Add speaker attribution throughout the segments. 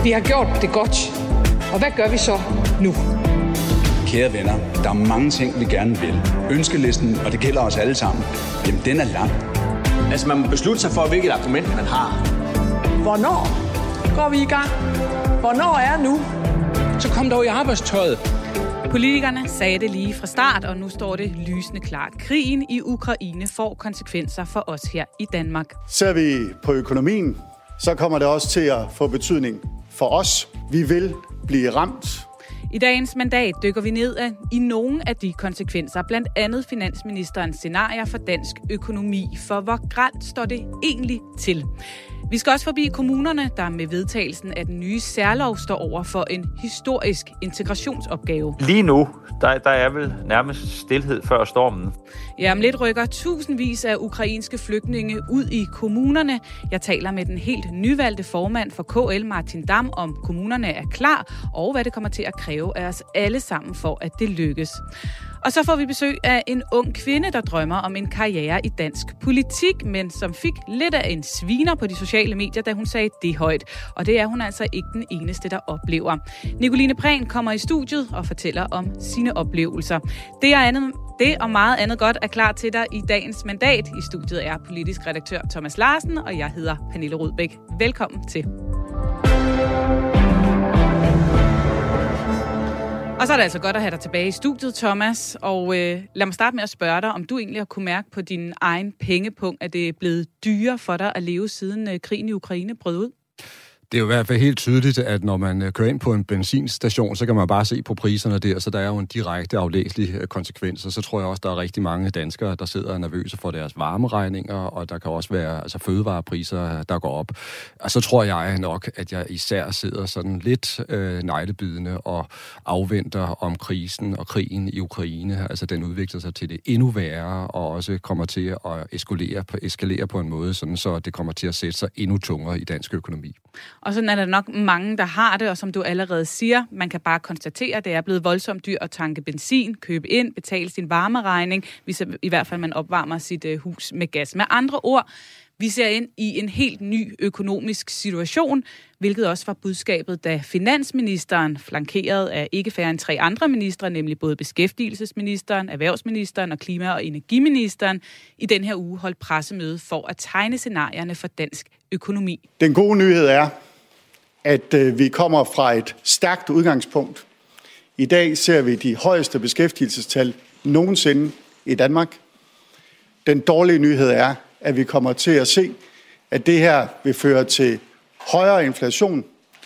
Speaker 1: Vi har gjort det godt. Og hvad gør vi så nu?
Speaker 2: Kære venner, der er mange ting, vi gerne vil. Ønskelisten, og det gælder os alle sammen, jamen den er lang.
Speaker 3: Altså man må beslutte sig for, hvilket argument man har.
Speaker 1: Hvornår går vi i gang? Hvornår er nu?
Speaker 4: Så kom dog i arbejdstøjet.
Speaker 5: Politikerne sagde det lige fra start, og nu står det lysende klart. Krigen i Ukraine får konsekvenser for os her i Danmark.
Speaker 6: Ser vi på økonomien, så kommer det også til at få betydning for os. Vi vil blive ramt.
Speaker 5: I dagens mandat dykker vi ned i nogle af de konsekvenser, blandt andet finansministerens scenarier for dansk økonomi. For hvor grelt står det egentlig til? Vi skal også forbi kommunerne, der med vedtagelsen af den nye særlov står over for en historisk integrationsopgave.
Speaker 7: Lige nu, der er vel nærmest stilhed før stormen.
Speaker 5: Ja, om lidt rykker tusindvis af ukrainske flygtninge ud i kommunerne. Jeg taler med den helt nyvalgte formand for KL, Martin Damm, om kommunerne er klar, og hvad det kommer til at kræve af os alle sammen for, at det lykkes. Og så får vi besøg af en ung kvinde, der drømmer om en karriere i dansk politik, men som fik lidt af en sviner på de sociale medier, da hun sagde det højt. Og det er hun altså ikke den eneste, der oplever. Nicoline Prehn kommer i studiet og fortæller om sine oplevelser. Det og meget andet godt er klar til dig i dagens mandat. I studiet er politisk redaktør Thomas Larsen, og jeg hedder Pernille Rudbæk. Velkommen til. Og så er det altså godt at have dig tilbage i studiet, Thomas. Og lad mig starte med at spørge dig, om du egentlig har kunne mærke på din egen pengepunkt, at det er blevet dyrere for dig at leve siden krigen i Ukraine brød ud?
Speaker 8: Det er jo i hvert fald helt tydeligt, at når man kører ind på en benzinstation, så kan man bare se på priserne der, så der er jo en direkte aflæselig konsekvens. Og så tror jeg også, der er rigtig mange danskere, der sidder nervøse for deres varmeregninger, og der kan også være fødevarepriser, der går op. Og så tror jeg nok, at jeg især sidder sådan lidt neglebidende og afventer om krisen og krigen i Ukraine. Altså den udvikler sig til det endnu værre, og også kommer til at eskalere på en måde, sådan så det kommer til at sætte sig endnu tungere i dansk økonomi.
Speaker 5: Og sådan er der nok mange, der har det, og som du allerede siger, man kan bare konstatere, at det er blevet voldsomt dyrt at tanke benzin, købe ind, betale sin varmeregning, hvis i hvert fald man opvarmer sit hus med gas. Med andre ord, vi ser ind i en helt ny økonomisk situation, hvilket også var budskabet, da finansministeren, flankeret af ikke færre end 3 andre ministre, nemlig både beskæftigelsesministeren, erhvervsministeren og klima- og energiministeren, i den her uge holdt pressemøde for at tegne scenarierne for dansk økonomi.
Speaker 6: Den gode nyhed er, at vi kommer fra et stærkt udgangspunkt. I dag ser vi de højeste beskæftigelsestal nogensinde i Danmark. Den dårlige nyhed er, at vi kommer til at se, at det her vil føre til højere inflation,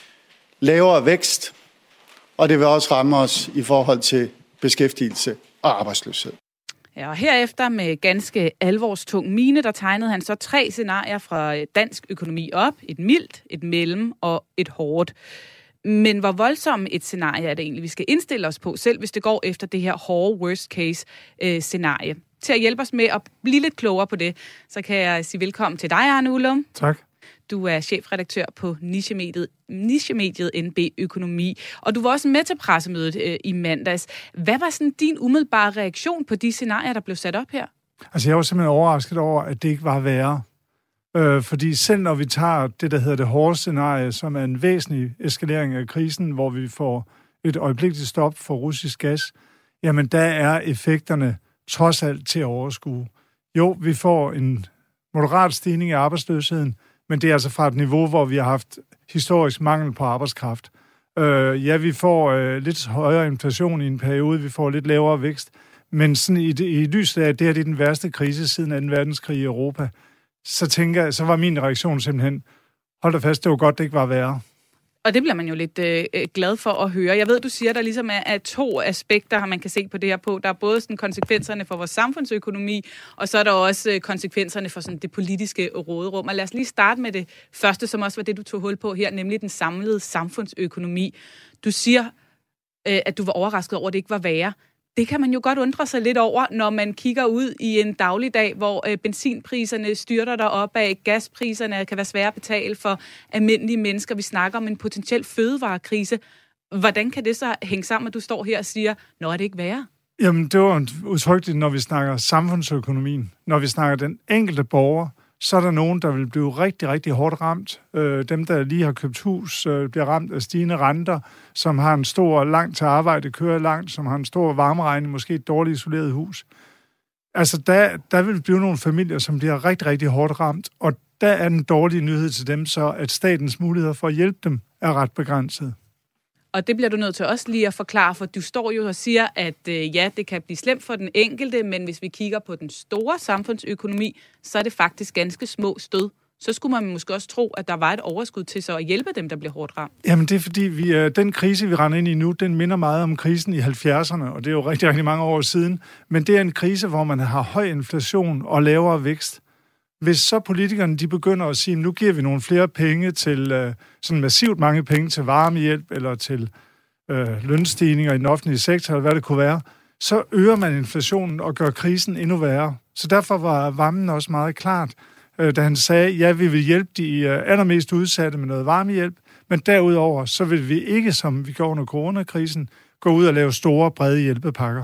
Speaker 6: lavere vækst, og det vil også ramme os i forhold til beskæftigelse og arbejdsløshed.
Speaker 5: Ja, og herefter med ganske alvorstung mine, der tegnede han så 3 scenarier fra dansk økonomi op. Et mildt, et mellem og et hårdt. Men hvor voldsomt et scenarie er det egentlig, vi skal indstille os på, selv hvis det går efter det her hårde worst case scenarie. Til at hjælpe os med at blive lidt klogere på det, så kan jeg sige velkommen til dig, Arne Ullum.
Speaker 9: Tak.
Speaker 5: Du er chefredaktør på nichemediet NB Økonomi, og du var også med til pressemødet i mandags. Hvad var sådan din umiddelbare reaktion på de scenarier, der blev sat op her?
Speaker 9: Altså jeg var simpelthen overrasket over, at det ikke var værre. Fordi selv når vi tager det, der hedder det hårde scenarie, som er en væsentlig eskalering af krisen, hvor vi får et øjeblikkeligt stop for russisk gas, jamen der er effekterne trods alt til at overskue. Jo, vi får en moderat stigning i arbejdsløsheden, men det er altså fra et niveau, hvor vi har haft historisk mangel på arbejdskraft. Ja, vi får lidt højere inflation i en periode, vi får lidt lavere vækst, men sådan i lyset af, at det her det er den værste krise siden 2. verdenskrig i Europa, så var min reaktion simpelthen, hold da fast, det var godt, det ikke var værre.
Speaker 5: Og det bliver man jo lidt glad for at høre. Jeg ved, du siger, der ligesom er 2 aspekter, man kan se på det her på. Der er både sådan konsekvenserne for vores samfundsøkonomi, og så er der også konsekvenserne for sådan det politiske råderum. Og lad os lige starte med det første, som også var det, du tog hul på her, nemlig den samlede samfundsøkonomi. Du siger, at du var overrasket over, at det ikke var værre. Det kan man jo godt undre sig lidt over, når man kigger ud i en dagligdag, hvor benzinpriserne styrter derop af, gaspriserne kan være svære at betale for almindelige mennesker. Vi snakker om en potentiel fødevarekrise. Hvordan kan det så hænge sammen, at du står her og siger, nå, er det ikke værre?
Speaker 9: Jamen, det var udtrykkeligt, når vi snakker samfundsøkonomien. Når vi snakker den enkelte borger, Så er der nogen, der vil blive rigtig, rigtig hårdt ramt. Dem, der lige har købt hus, bliver ramt af stigende renter, som har en stor, langt til arbejde, kører langt, som har en stor varmeregning, måske et dårligt isoleret hus. Altså, der vil blive nogle familier, som bliver rigtig, rigtig hårdt ramt, og der er den dårlige nyhed til dem så, at statens muligheder for at hjælpe dem er ret begrænset.
Speaker 5: Og det bliver du nødt til også lige at forklare, for du står jo og siger, at ja, det kan blive slemt for den enkelte, men hvis vi kigger på den store samfundsøkonomi, så er det faktisk ganske små stød. Så skulle man måske også tro, at der var et overskud til så at hjælpe dem, der bliver hårdt ramt.
Speaker 9: Jamen det er fordi, den krise, vi render ind i nu, den minder meget om krisen i 70'erne, og det er jo rigtig, rigtig mange år siden. Men det er en krise, hvor man har høj inflation og lavere vækst. Hvis så politikerne de begynder at sige, nu giver vi nogle flere penge til, sådan massivt mange penge til varmehjælp eller til lønstigninger i den offentlige sektor, eller hvad det kunne være, så øger man inflationen og gør krisen endnu værre. Så derfor var Wammen også meget klart, da han sagde, ja, vi vil hjælpe de allermest udsatte med noget varmehjælp, men derudover, så vil vi ikke, som vi gjorde under coronakrisen, gå ud og lave store, brede hjælpepakker.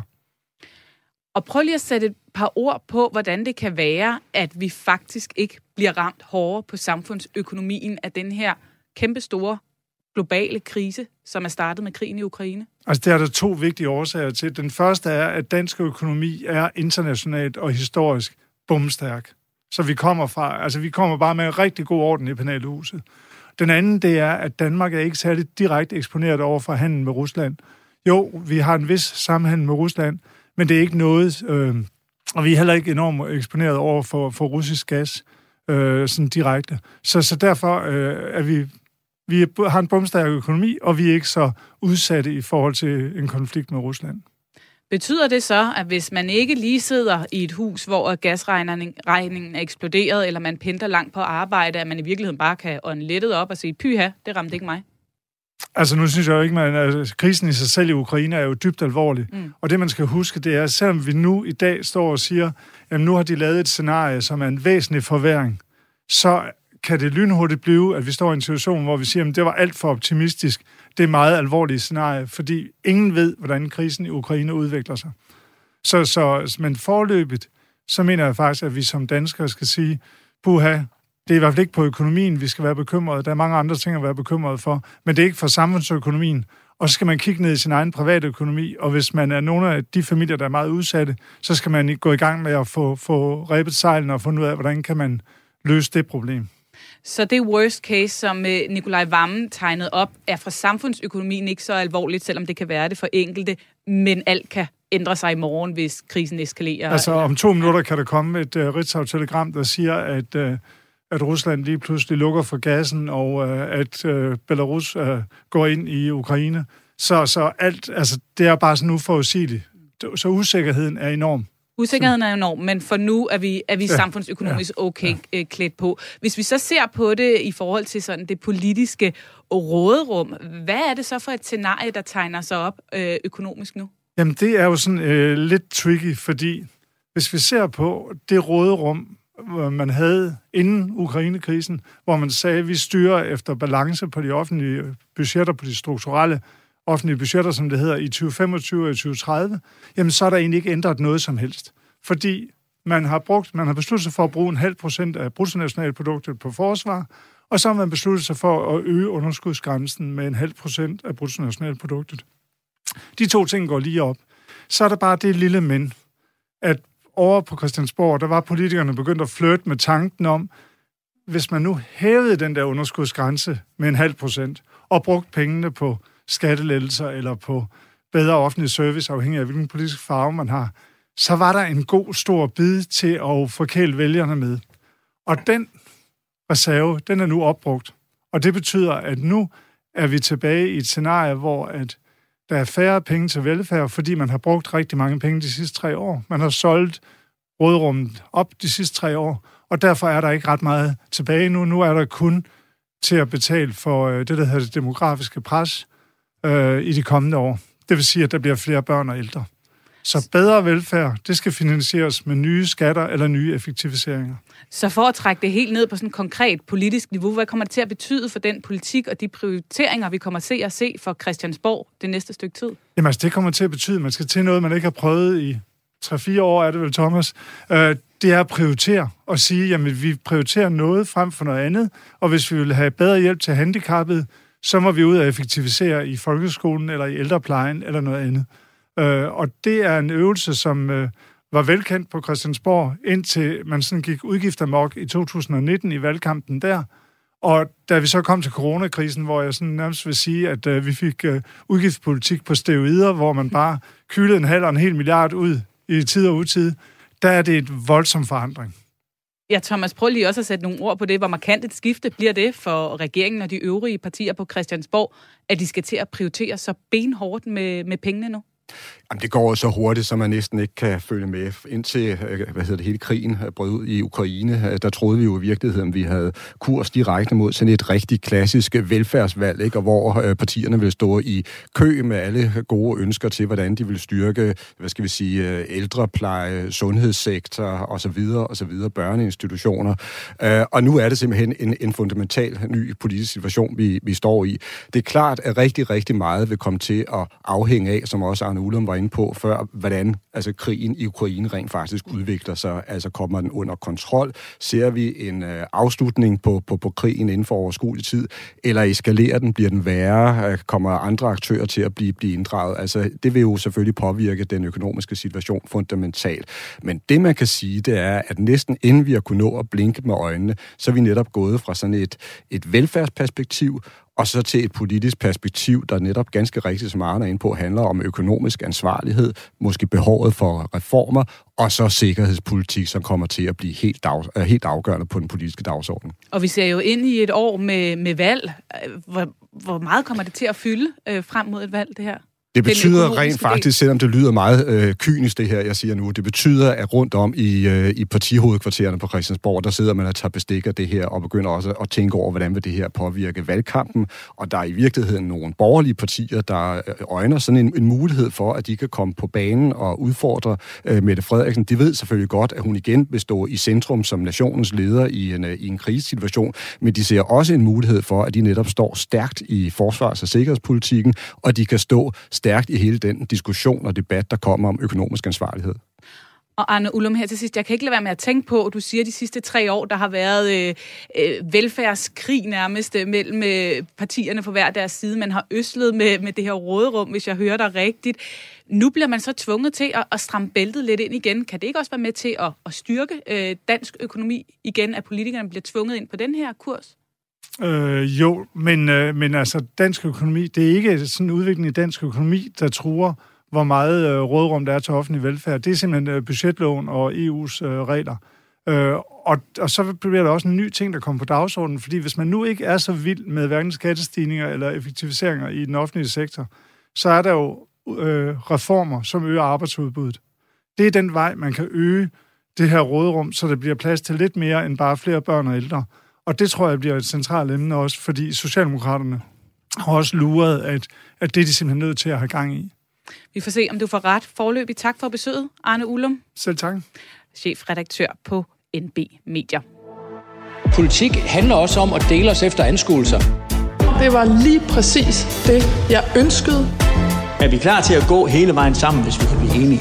Speaker 5: Og prøv lige at sætte et par ord på, hvordan det kan være, at vi faktisk ikke bliver ramt hårdere på samfundsøkonomien af den her kæmpestore globale krise, som er startet med krigen i Ukraine.
Speaker 9: Altså, det er der to vigtige årsager til. Den første er, at dansk økonomi er internationalt og historisk bomstærk. Så vi kommer bare med en rigtig god orden i penalhuset. Den anden, det er, at Danmark er ikke særligt direkte eksponeret over for handel med Rusland. Jo, vi har en vis samhandel med Rusland, men det er ikke noget, og vi er heller ikke enormt eksponeret over for russisk gas, sådan direkte. Så derfor er vi har en bomstærk økonomi, og vi er ikke så udsatte i forhold til en konflikt med Rusland.
Speaker 5: Betyder det så, at hvis man ikke lige sidder i et hus, hvor gasregningen er eksploderet, eller man pendler langt på arbejde, at man i virkeligheden bare kan ånde lettet op og sige, pyha, det ramte ikke mig?
Speaker 9: Altså nu synes jeg jo ikke, at krisen i sig selv i Ukraine er jo dybt alvorlig. Og det man skal huske, det er, at selvom vi nu i dag står og siger, at nu har de lavet et scenarie, som er en væsentlig forværring, så kan det lynhurtigt blive, at vi står i en situation, hvor vi siger, at det var alt for optimistisk. Det er meget alvorligt scenarie, fordi ingen ved, hvordan krisen i Ukraine udvikler sig. Men foreløbigt, så mener jeg faktisk, at vi som danskere skal sige, puha, det er i hvert fald ikke på økonomien, vi skal være bekymrede. Der er mange andre ting at være bekymrede for, men det er ikke for samfundsøkonomien. Og så skal man kigge ned i sin egen private økonomi, og hvis man er nogle af de familier, der er meget udsatte, så skal man gå i gang med at få rebet sejlene og finde ud af, hvordan kan man løse det problem. Så
Speaker 5: det worst case, som Nicolai Wammen tegnede op, er fra samfundsøkonomien ikke så alvorligt, selvom det kan være det for enkelte, men alt kan ændre sig i morgen, hvis krisen eskalerer.
Speaker 9: Altså om 2 minutter kan der komme et Ritzau-telegram, der siger, at Rusland lige pludselig lukker for gassen, og at Belarus går ind i Ukraine. Så alt, altså det er bare sådan uforudsigeligt. Så usikkerheden er enorm.
Speaker 5: Usikkerheden er enorm, men for nu er vi samfundsøkonomisk okay klædt på. Hvis vi så ser på det i forhold til sådan det politiske råderum, hvad er det så for et scenarie, der tegner sig op økonomisk nu?
Speaker 9: Jamen det er jo sådan lidt tricky, fordi hvis vi ser på det råderum, man havde inden Ukraine-krisen, hvor man sagde, at vi styrer efter balance på de offentlige budgetter, på de strukturelle offentlige budgetter, som det hedder, i 2025 og 2030, jamen så er der egentlig ikke ændret noget som helst. Fordi man har besluttet sig for at bruge 0,5% af bruttonationalproduktet på forsvar, og så har man besluttet sig for at øge underskudsgrænsen med 0,5% af bruttonationalproduktet. De to ting går lige op. Så er der bare det lille men, at over på Christiansborg, der var politikerne begyndt at flirte med tanken om, hvis man nu hævede den der underskudsgrænse med 0,5% og brugte pengene på skattelettelser eller på bedre offentlig service, afhængig af hvilken politisk farve man har, så var der en god stor bid til at forkæle vælgerne med. Og den reserve, den er nu opbrugt. Og det betyder, at nu er vi tilbage i et scenarie, hvor at der er færre penge til velfærd, fordi man har brugt rigtig mange penge de sidste 3 år. Man har solgt råderummet op de sidste 3 år, og derfor er der ikke ret meget tilbage nu. Nu er der kun til at betale for det, der hedder det demografiske pres i de kommende år. Det vil sige, at der bliver flere børn og ældre. Så bedre velfærd, det skal finansieres med nye skatter eller nye effektiviseringer.
Speaker 5: Så for at trække det helt ned på sådan et konkret politisk niveau, hvad kommer det til at betyde for den politik og de prioriteringer, vi kommer til at se for Christiansborg det næste stykke tid?
Speaker 9: Jamen altså, det kommer til at betyde, at man skal til noget, man ikke har prøvet i 3-4 år er det vel, Thomas, det er at prioritere og sige, jamen vi prioriterer noget frem for noget andet, og hvis vi vil have bedre hjælp til handicappede, så må vi ud og effektivisere i folkeskolen eller i ældreplejen eller noget andet. Og det er en øvelse, som var velkendt på Christiansborg, indtil man sådan gik udgiftamok i 2019 i valgkampen der. Og da vi så kom til coronakrisen, hvor jeg sådan nærmest vil sige, at vi fik udgiftspolitik på steroider, hvor man bare kyldede 1,5 milliard ud i tid og utid, der er det et voldsom forandring.
Speaker 5: Ja, Thomas, prøv lige også at sætte nogle ord på det. Hvor markant et skifte bliver det for regeringen og de øvrige partier på Christiansborg, at de skal til at prioritere så benhårdt med pengene nu?
Speaker 8: Jamen, det går så hurtigt, så man næsten ikke kan følge med. Indtil hele krigen brød ud i Ukraine, der troede vi jo i virkeligheden, at vi havde kurs direkte mod sådan et rigtig klassisk velfærdsvalg, ikke? Og hvor partierne ville stå i kø med alle gode ønsker til, hvordan de ville styrke, ældrepleje, sundhedssektor osv., børneinstitutioner. Og nu er det simpelthen en fundamental ny politisk situation, vi står i. Det er klart, at rigtig, rigtig meget vil komme til at afhænge af, som også Arne Ullum var inde på før, hvordan krigen i Ukraine rent faktisk udvikler sig. Altså kommer den under kontrol? Ser vi en afslutning på krigen inden for overskuelig tid? Eller eskalerer den? Bliver den værre? Kommer andre aktører til at blive inddraget? Altså, det vil jo selvfølgelig påvirke den økonomiske situation fundamentalt. Men det, man kan sige, det er, at næsten inden vi har kunnet nå at blinke med øjnene, så er vi netop gået fra sådan et velfærdsperspektiv og så til et politisk perspektiv, der netop ganske rigtigt, som Arne er inde på, handler om økonomisk ansvarlighed, måske behovet for reformer, og så sikkerhedspolitik, som kommer til at blive helt afgørende på den politiske dagsorden. Og vi ser jo ind i et år med valg. Hvor meget kommer det til at fylde frem mod et valg, det her? Det betyder rent faktisk, selvom det lyder meget kynisk det her, jeg siger nu, det betyder, at rundt om i partihovedkvartererne på Christiansborg, der sidder man og tager bestik af det her, og begynder også at tænke over, hvordan vil det her påvirke valgkampen, og der er i virkeligheden nogle borgerlige partier, der øjner sådan en mulighed for, at de kan komme på banen og udfordre Mette Frederiksen. De ved selvfølgelig godt, at hun igen vil stå i centrum som nationens leder i en krisesituation, men de ser også en mulighed for, at de netop står stærkt i forsvars- og sikkerhedspolitikken, og de kan stå stærkt i hele den diskussion og debat, der kommer om økonomisk ansvarlighed. Og Arne Ullum, her til sidst, jeg kan ikke lade være med at tænke på, du siger, at de sidste 3 år, der har været velfærdskrig nærmest mellem partierne på hver deres side. Man har øslet med det her råderum, hvis jeg hører dig rigtigt. Nu bliver man så tvunget til at stramme bæltet lidt ind igen. Kan det ikke også være med til at styrke dansk økonomi igen, at politikerne bliver tvunget ind på den her kurs?
Speaker 9: Jo, men altså dansk økonomi, det er ikke sådan en udvikling i dansk økonomi, der truer, hvor meget råderum der er til offentlig velfærd. Det er simpelthen budgetloven og EU's regler. Og så bliver der også en ny ting, der kommer på dagsordenen, fordi hvis man nu ikke er så vild med hverken skattestigninger eller effektiviseringer i den offentlige sektor, så er der jo reformer, som øger arbejdsudbuddet. Det er den vej, man kan øge det her råderum, så der bliver plads til lidt mere end bare flere børn og ældre. Og det tror jeg bliver et centralt emne også, fordi Socialdemokraterne har også luret, at det er de simpelthen nødt til at have gang i. Vi får se, om du får ret. Foreløbig tak for besøget, Arne Ullum. Selv tak. Chefredaktør på NB Medier.
Speaker 4: Politik handler også om at dele os efter anskuelser.
Speaker 1: Det var lige præcis det, jeg ønskede.
Speaker 3: Er vi klar til at gå hele vejen sammen, hvis vi kan blive enige?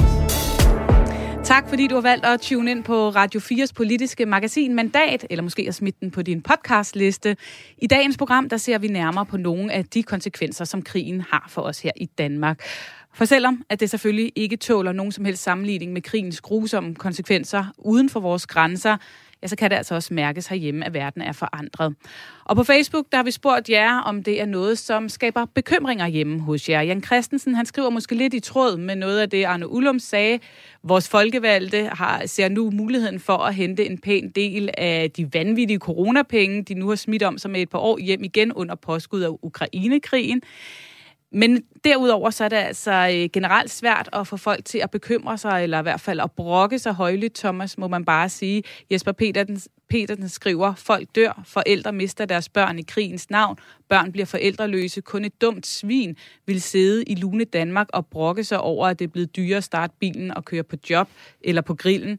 Speaker 5: Tak, fordi du har valgt at tune ind på Radio 4's politiske magasin Mandat, eller måske at smide den på din podcastliste. I dagens program, der ser vi nærmere på nogle af de konsekvenser, som krigen har for os her i Danmark. For selvom at det selvfølgelig ikke tåler nogen som helst sammenligning med krigens grusomme konsekvenser uden for vores grænser, ja, så kan det altså også mærkes herhjemme, at verden er forandret. Og på Facebook, der har vi spurgt jer, om det er noget, som skaber bekymringer hjemme hos jer. Jan Christensen, han skriver måske lidt i tråd med noget af det, Arne Ullum sagde. Vores folkevalgte ser nu muligheden for at hente en pæn del af de vanvittige coronapenge, de nu har smidt om sig med et par år hjem igen under påskud af Ukrainekrigen. Men derudover så er det altså generelt svært at få folk til at bekymre sig, eller i hvert fald at brokke sig højlydt, Thomas, må man bare sige. Jesper Petersen skriver, folk dør, forældre mister deres børn i krigens navn, børn bliver forældreløse, kun et dumt svin vil sidde i lune Danmark og brokke sig over, at det er blevet dyrere at starte bilen og køre på job eller på grillen.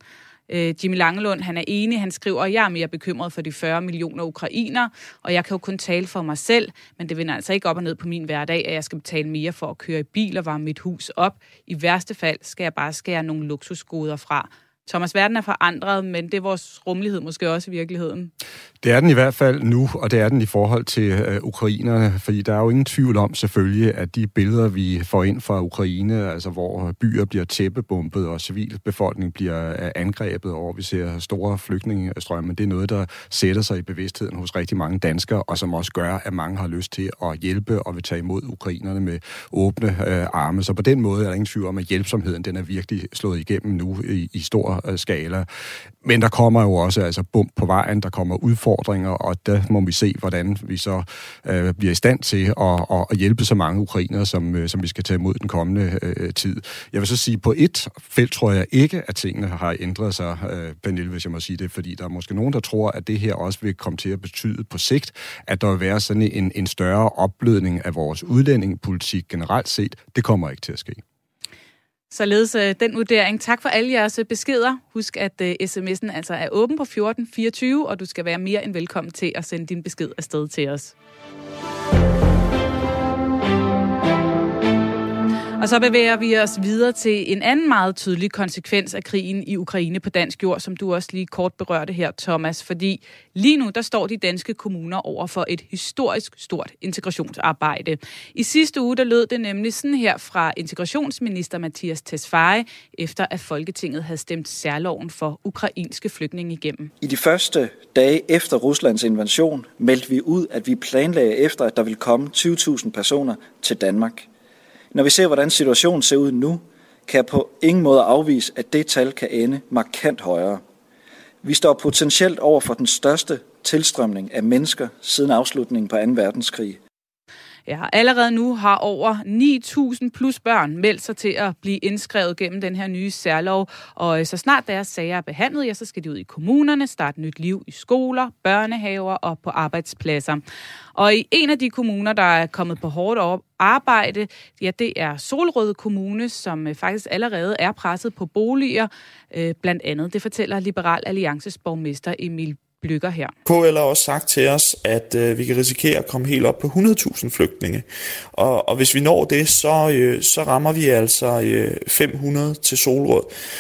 Speaker 5: Jimmy Langelund, han er enig. Han skriver, jeg er mere bekymret for de 40 millioner ukrainere, og jeg kan jo kun tale for mig selv, men det vender altså ikke op og ned på min hverdag, at jeg skal betale mere for at køre i bil og varme mit hus op. I værste fald skal jeg bare skære nogle luksusgoder fra. Thomas, verden er forandret, men det er vores rummelighed måske også i virkeligheden.
Speaker 8: Det er den i hvert fald nu, og det er den i forhold til ukrainerne, fordi der er jo ingen tvivl om selvfølgelig, at de billeder, vi får ind fra Ukraine, altså hvor byer bliver tæppebumpet og civilbefolkningen bliver angrebet, og hvor vi ser store flygtningestrømme, det er noget, der sætter sig i bevidstheden hos rigtig mange danskere, og som også gør, at mange har lyst til at hjælpe og vil tage imod ukrainerne med åbne arme. Så på den måde er der ingen tvivl om, at hjælpsomheden den er virkelig slået igennem nu i stor skala. Men der kommer jo også altså bump på vejen, der kommer udfordringer, og der må vi se, hvordan vi så bliver i stand til at hjælpe så mange ukrainere, som vi skal tage imod den kommende tid. Jeg vil så sige, på et felt tror jeg ikke, at tingene har ændret sig, Pernille, hvis jeg må sige det, fordi der er måske nogen, der tror, at det her også vil komme til at betyde på sigt, at der vil være sådan en større opblødning af vores udlændingepolitik generelt set. Det kommer ikke til at ske.
Speaker 5: Således den vurdering. Tak for alle jeres beskeder. Husk, at sms'en altså er åben på 1424, og du skal være mere end velkommen til at sende din besked afsted til os. Og så bevæger vi os videre til en anden meget tydelig konsekvens af krigen i Ukraine på dansk jord, som du også lige kort berørte her, Thomas. Fordi lige nu, der står de danske kommuner over for et historisk stort integrationsarbejde. I sidste uge, der lød det nemlig sådan her fra integrationsminister Mattias Tesfaye, efter at Folketinget havde stemt særloven for ukrainske flygtninge igennem.
Speaker 10: I de første dage efter Ruslands invasion meldte vi ud, at vi planlagde efter, at der ville komme 20.000 personer til Danmark. Når vi ser, hvordan situationen ser ud nu, kan jeg på ingen måde afvise, at det tal kan ende markant højere. Vi står potentielt over for den største tilstrømning af mennesker siden afslutningen på 2. verdenskrig.
Speaker 5: Ja, allerede nu har over 9.000 plus børn meldt sig til at blive indskrevet gennem den her nye særlov, og så snart deres sager er behandlet, ja, så skal de ud i kommunerne, starte nyt liv i skoler, børnehaver og på arbejdspladser. Og i en af de kommuner, der er kommet på hårdt arbejde, ja, det er Solrød Kommune, som faktisk allerede er presset på boliger, blandt andet. Det fortæller Liberal Alliances borgmester Emil Blykker her.
Speaker 11: KL har også sagt til os, at vi kan risikere at komme helt op på 100.000 flygtninge. Og hvis vi når det, så rammer vi altså 500 til Solrød.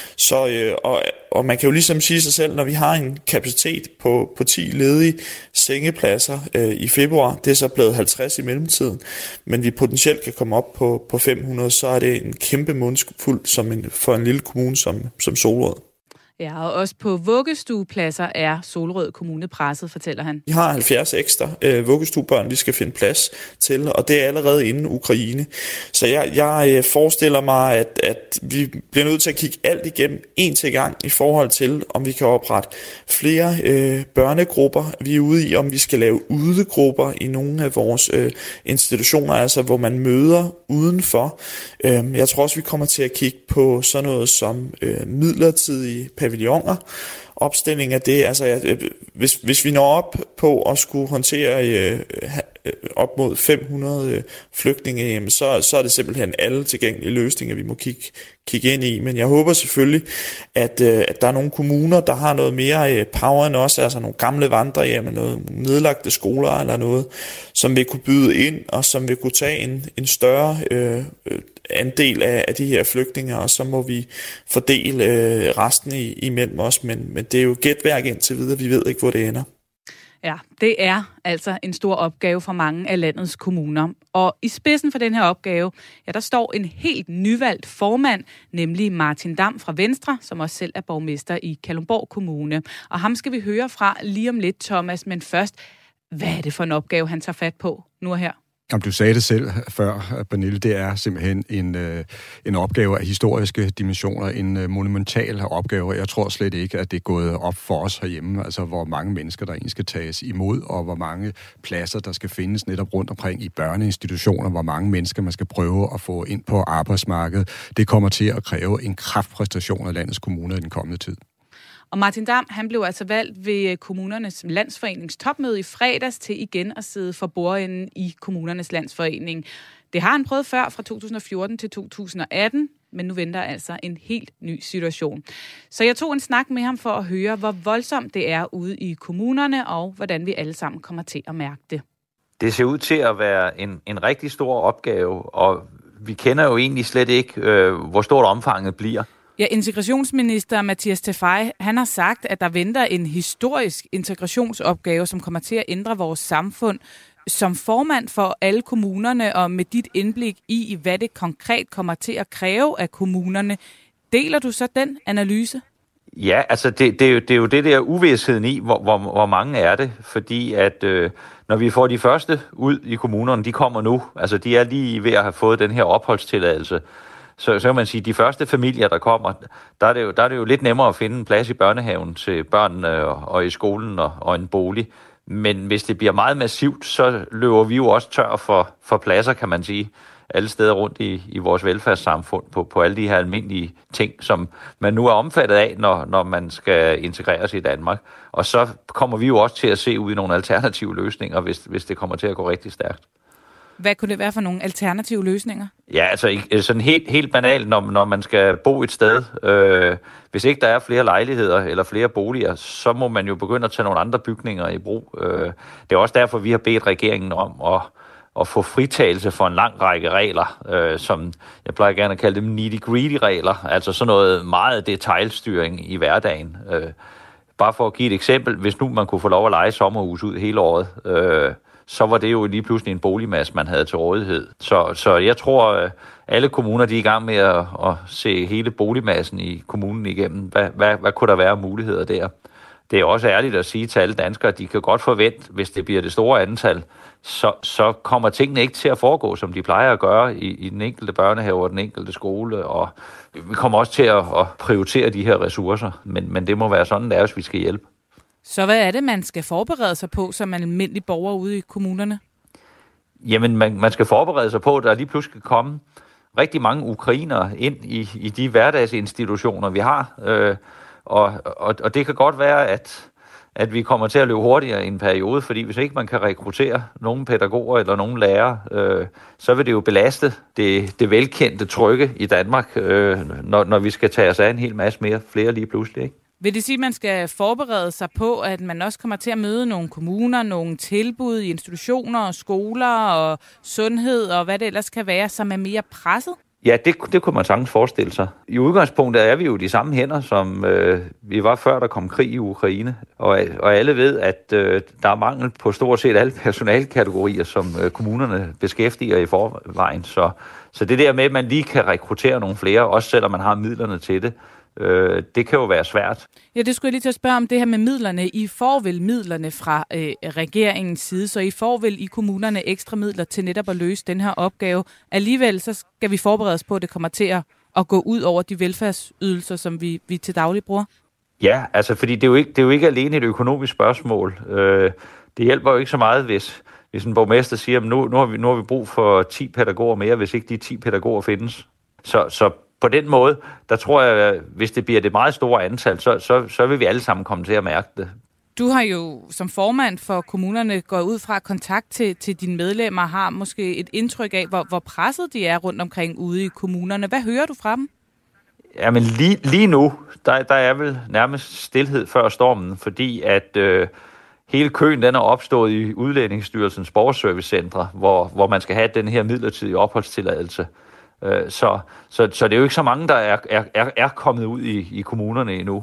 Speaker 11: Og man kan jo ligesom sige sig selv, når vi har en kapacitet på 10 ledige sengepladser i februar, det er så blevet 50 i mellemtiden, men vi potentielt kan komme op på 500, så er det en kæmpe mundfuld for en lille kommune som Solrød.
Speaker 5: Ja, og også på vuggestuepladser er Solrød Kommune presset, fortæller han.
Speaker 11: Vi har 70 ekstra vuggestuebørn, vi skal finde plads til, og det er allerede inden Ukraine. Så jeg forestiller mig, at vi bliver nødt til at kigge alt igennem en til gang i forhold til, om vi kan oprette flere børnegrupper. Vi er ude i, om vi skal lave udegrupper i nogle af vores institutioner, altså hvor man møder udenfor. Jeg tror også, vi kommer til at kigge på sådan noget som midlertidige pavilloner, opstilling af det, altså hvis vi når op på at skulle håndtere op mod 500 flygtninge, så er det simpelthen alle tilgængelige løsninger, vi må kigge ind i. Men jeg håber selvfølgelig, at der er nogle kommuner, der har noget mere power end os, altså nogle gamle vandrehjem, noget nedlagte skoler eller noget, som vil kunne byde ind, og som vil kunne tage en større andel af de her flygtninge, og så må vi fordele resten imellem os. Men det er jo gætværk indtil videre, vi ved ikke, hvor det ender.
Speaker 5: Ja, det er altså en stor opgave for mange af landets kommuner. Og i spidsen for den her opgave, ja, der står en helt nyvalgt formand, nemlig Martin Damm fra Venstre, som også selv er borgmester i Kalundborg Kommune. Og ham skal vi høre fra lige om lidt, Thomas. Men først, hvad er det for en opgave, han tager fat på nu og her?
Speaker 8: Jamen, du sagde det selv før, Pernille, det er simpelthen en opgave af historiske dimensioner, en monumental opgave. Jeg tror slet ikke, at det er gået op for os herhjemme, altså hvor mange mennesker, der egentlig skal tages imod, og hvor mange pladser, der skal findes netop rundt omkring i børneinstitutioner, hvor mange mennesker, man skal prøve at få ind på arbejdsmarkedet. Det kommer til at kræve en kraftpræstation af landets kommuner i den kommende tid.
Speaker 5: Og Martin Damm, han blev altså valgt ved Kommunernes Landsforenings topmøde i fredags til igen at sidde for bordenden i Kommunernes Landsforening. Det har han prøvet før fra 2014 til 2018. men nu venter altså en helt ny situation. Så jeg tog en snak med ham for at høre, hvor voldsomt det er ude i kommunerne, og hvordan vi alle sammen kommer til at mærke det.
Speaker 7: Det ser ud til at være en rigtig stor opgave, og vi kender jo egentlig slet ikke, hvor stort omfanget bliver.
Speaker 5: Ja, integrationsminister Mattias Tesfaye, han har sagt, at der venter en historisk integrationsopgave, som kommer til at ændre vores samfund. Som formand for alle kommunerne og med dit indblik i, hvad det konkret kommer til at kræve af kommunerne, deler du så den analyse?
Speaker 7: Ja, altså det er jo det der uvidsheden i, hvor mange er det, fordi at når vi får de første ud i kommunerne, de kommer nu, altså de er lige ved at have fået den her opholdstilladelse, så kan man sige, at de første familier, der kommer, der er det jo lidt nemmere at finde en plads i børnehaven til børnene og i skolen og en bolig. Men hvis det bliver meget massivt, så løber vi jo også tør for pladser, kan man sige, alle steder rundt i vores velfærdssamfund på alle de her almindelige ting, som man nu er omfattet af, når man skal integreres i Danmark. Og så kommer vi jo også til at se ud i nogle alternative løsninger, hvis det kommer til at gå rigtig stærkt.
Speaker 5: Hvad kunne det være for nogle alternative løsninger?
Speaker 7: Ja, altså sådan helt banalt, når man skal bo et sted. Hvis ikke der er flere lejligheder eller flere boliger, så må man jo begynde at tage nogle andre bygninger i brug. Det er også derfor, vi har bedt regeringen om at få fritagelse for en lang række regler, som jeg plejer gerne at kalde dem nitty-gritty-regler, altså sådan noget meget detailstyring i hverdagen. Bare for at give et eksempel, hvis nu man kunne få lov at leje sommerhus ud hele året, så var det jo lige pludselig en boligmasse, man havde til rådighed. Så jeg tror, alle kommuner de er i gang med at se hele boligmassen i kommunen igennem. Hvad kunne der være af muligheder der? Det er også ærligt at sige til alle danskere, at de kan godt forvente, hvis det bliver det store antal, så kommer tingene ikke til at foregå, som de plejer at gøre i den enkelte børnehave og den enkelte skole. Og vi kommer også til at prioritere de her ressourcer, men det må være sådan, det er, hvis vi skal hjælpe.
Speaker 5: Så hvad er det, man skal forberede sig på som almindelig borger ude i kommunerne? Jamen,
Speaker 7: man skal forberede sig på, at der lige pludselig skal komme rigtig mange ukrainere ind i de hverdagsinstitutioner, vi har. Og det kan godt være, at vi kommer til at løbe hurtigere i en periode, fordi hvis ikke man kan rekruttere nogle pædagoger eller nogle lærere, så vil det jo belaste det velkendte trygge i Danmark, når vi skal tage os af en hel masse flere lige pludselig, ikke?
Speaker 5: Vil det sige, at man skal forberede sig på, at man også kommer til at møde nogle kommuner, nogle tilbud i institutioner og skoler og sundhed og hvad det ellers kan være, som er mere presset?
Speaker 7: Ja, det kunne man sagtens forestille sig. I udgangspunktet er vi jo de samme hænder, som vi var før der kom krig i Ukraine. Og alle ved, at der er mangel på stort set alle personalkategorier, som kommunerne beskæftiger i forvejen. Så det der med, at man lige kan rekruttere nogle flere, også selvom man har midlerne til det, det kan jo være svært.
Speaker 5: Ja, det skulle jeg lige til at spørge om det her med midlerne. I får vel midlerne fra regeringens side, så I får vel i kommunerne ekstra midler til netop at løse den her opgave. Alligevel så skal vi forberede os på, at det kommer til at gå ud over de velfærdsydelser, som vi til daglig bruger.
Speaker 7: Ja, altså fordi det er jo ikke alene et økonomisk spørgsmål. Det hjælper jo ikke så meget, hvis en borgmester siger, at nu har vi brug for 10 pædagoger mere, hvis ikke de 10 pædagoger findes. Så på den måde, der tror jeg, hvis det bliver det meget store antal, så vil vi alle sammen komme til at mærke det.
Speaker 5: Du har jo som formand for kommunerne gået ud fra kontakt til dine medlemmer, har måske et indtryk af, hvor presset de er rundt omkring ude i kommunerne. Hvad hører du fra dem?
Speaker 7: Jamen lige nu, der er vel nærmest stilhed før stormen, fordi at hele køen den er opstået i Udlændingsstyrelsens borgerservicecentre, hvor man skal have den her midlertidige opholdstilladelse. Så det er jo ikke så mange, der er kommet ud i kommunerne endnu.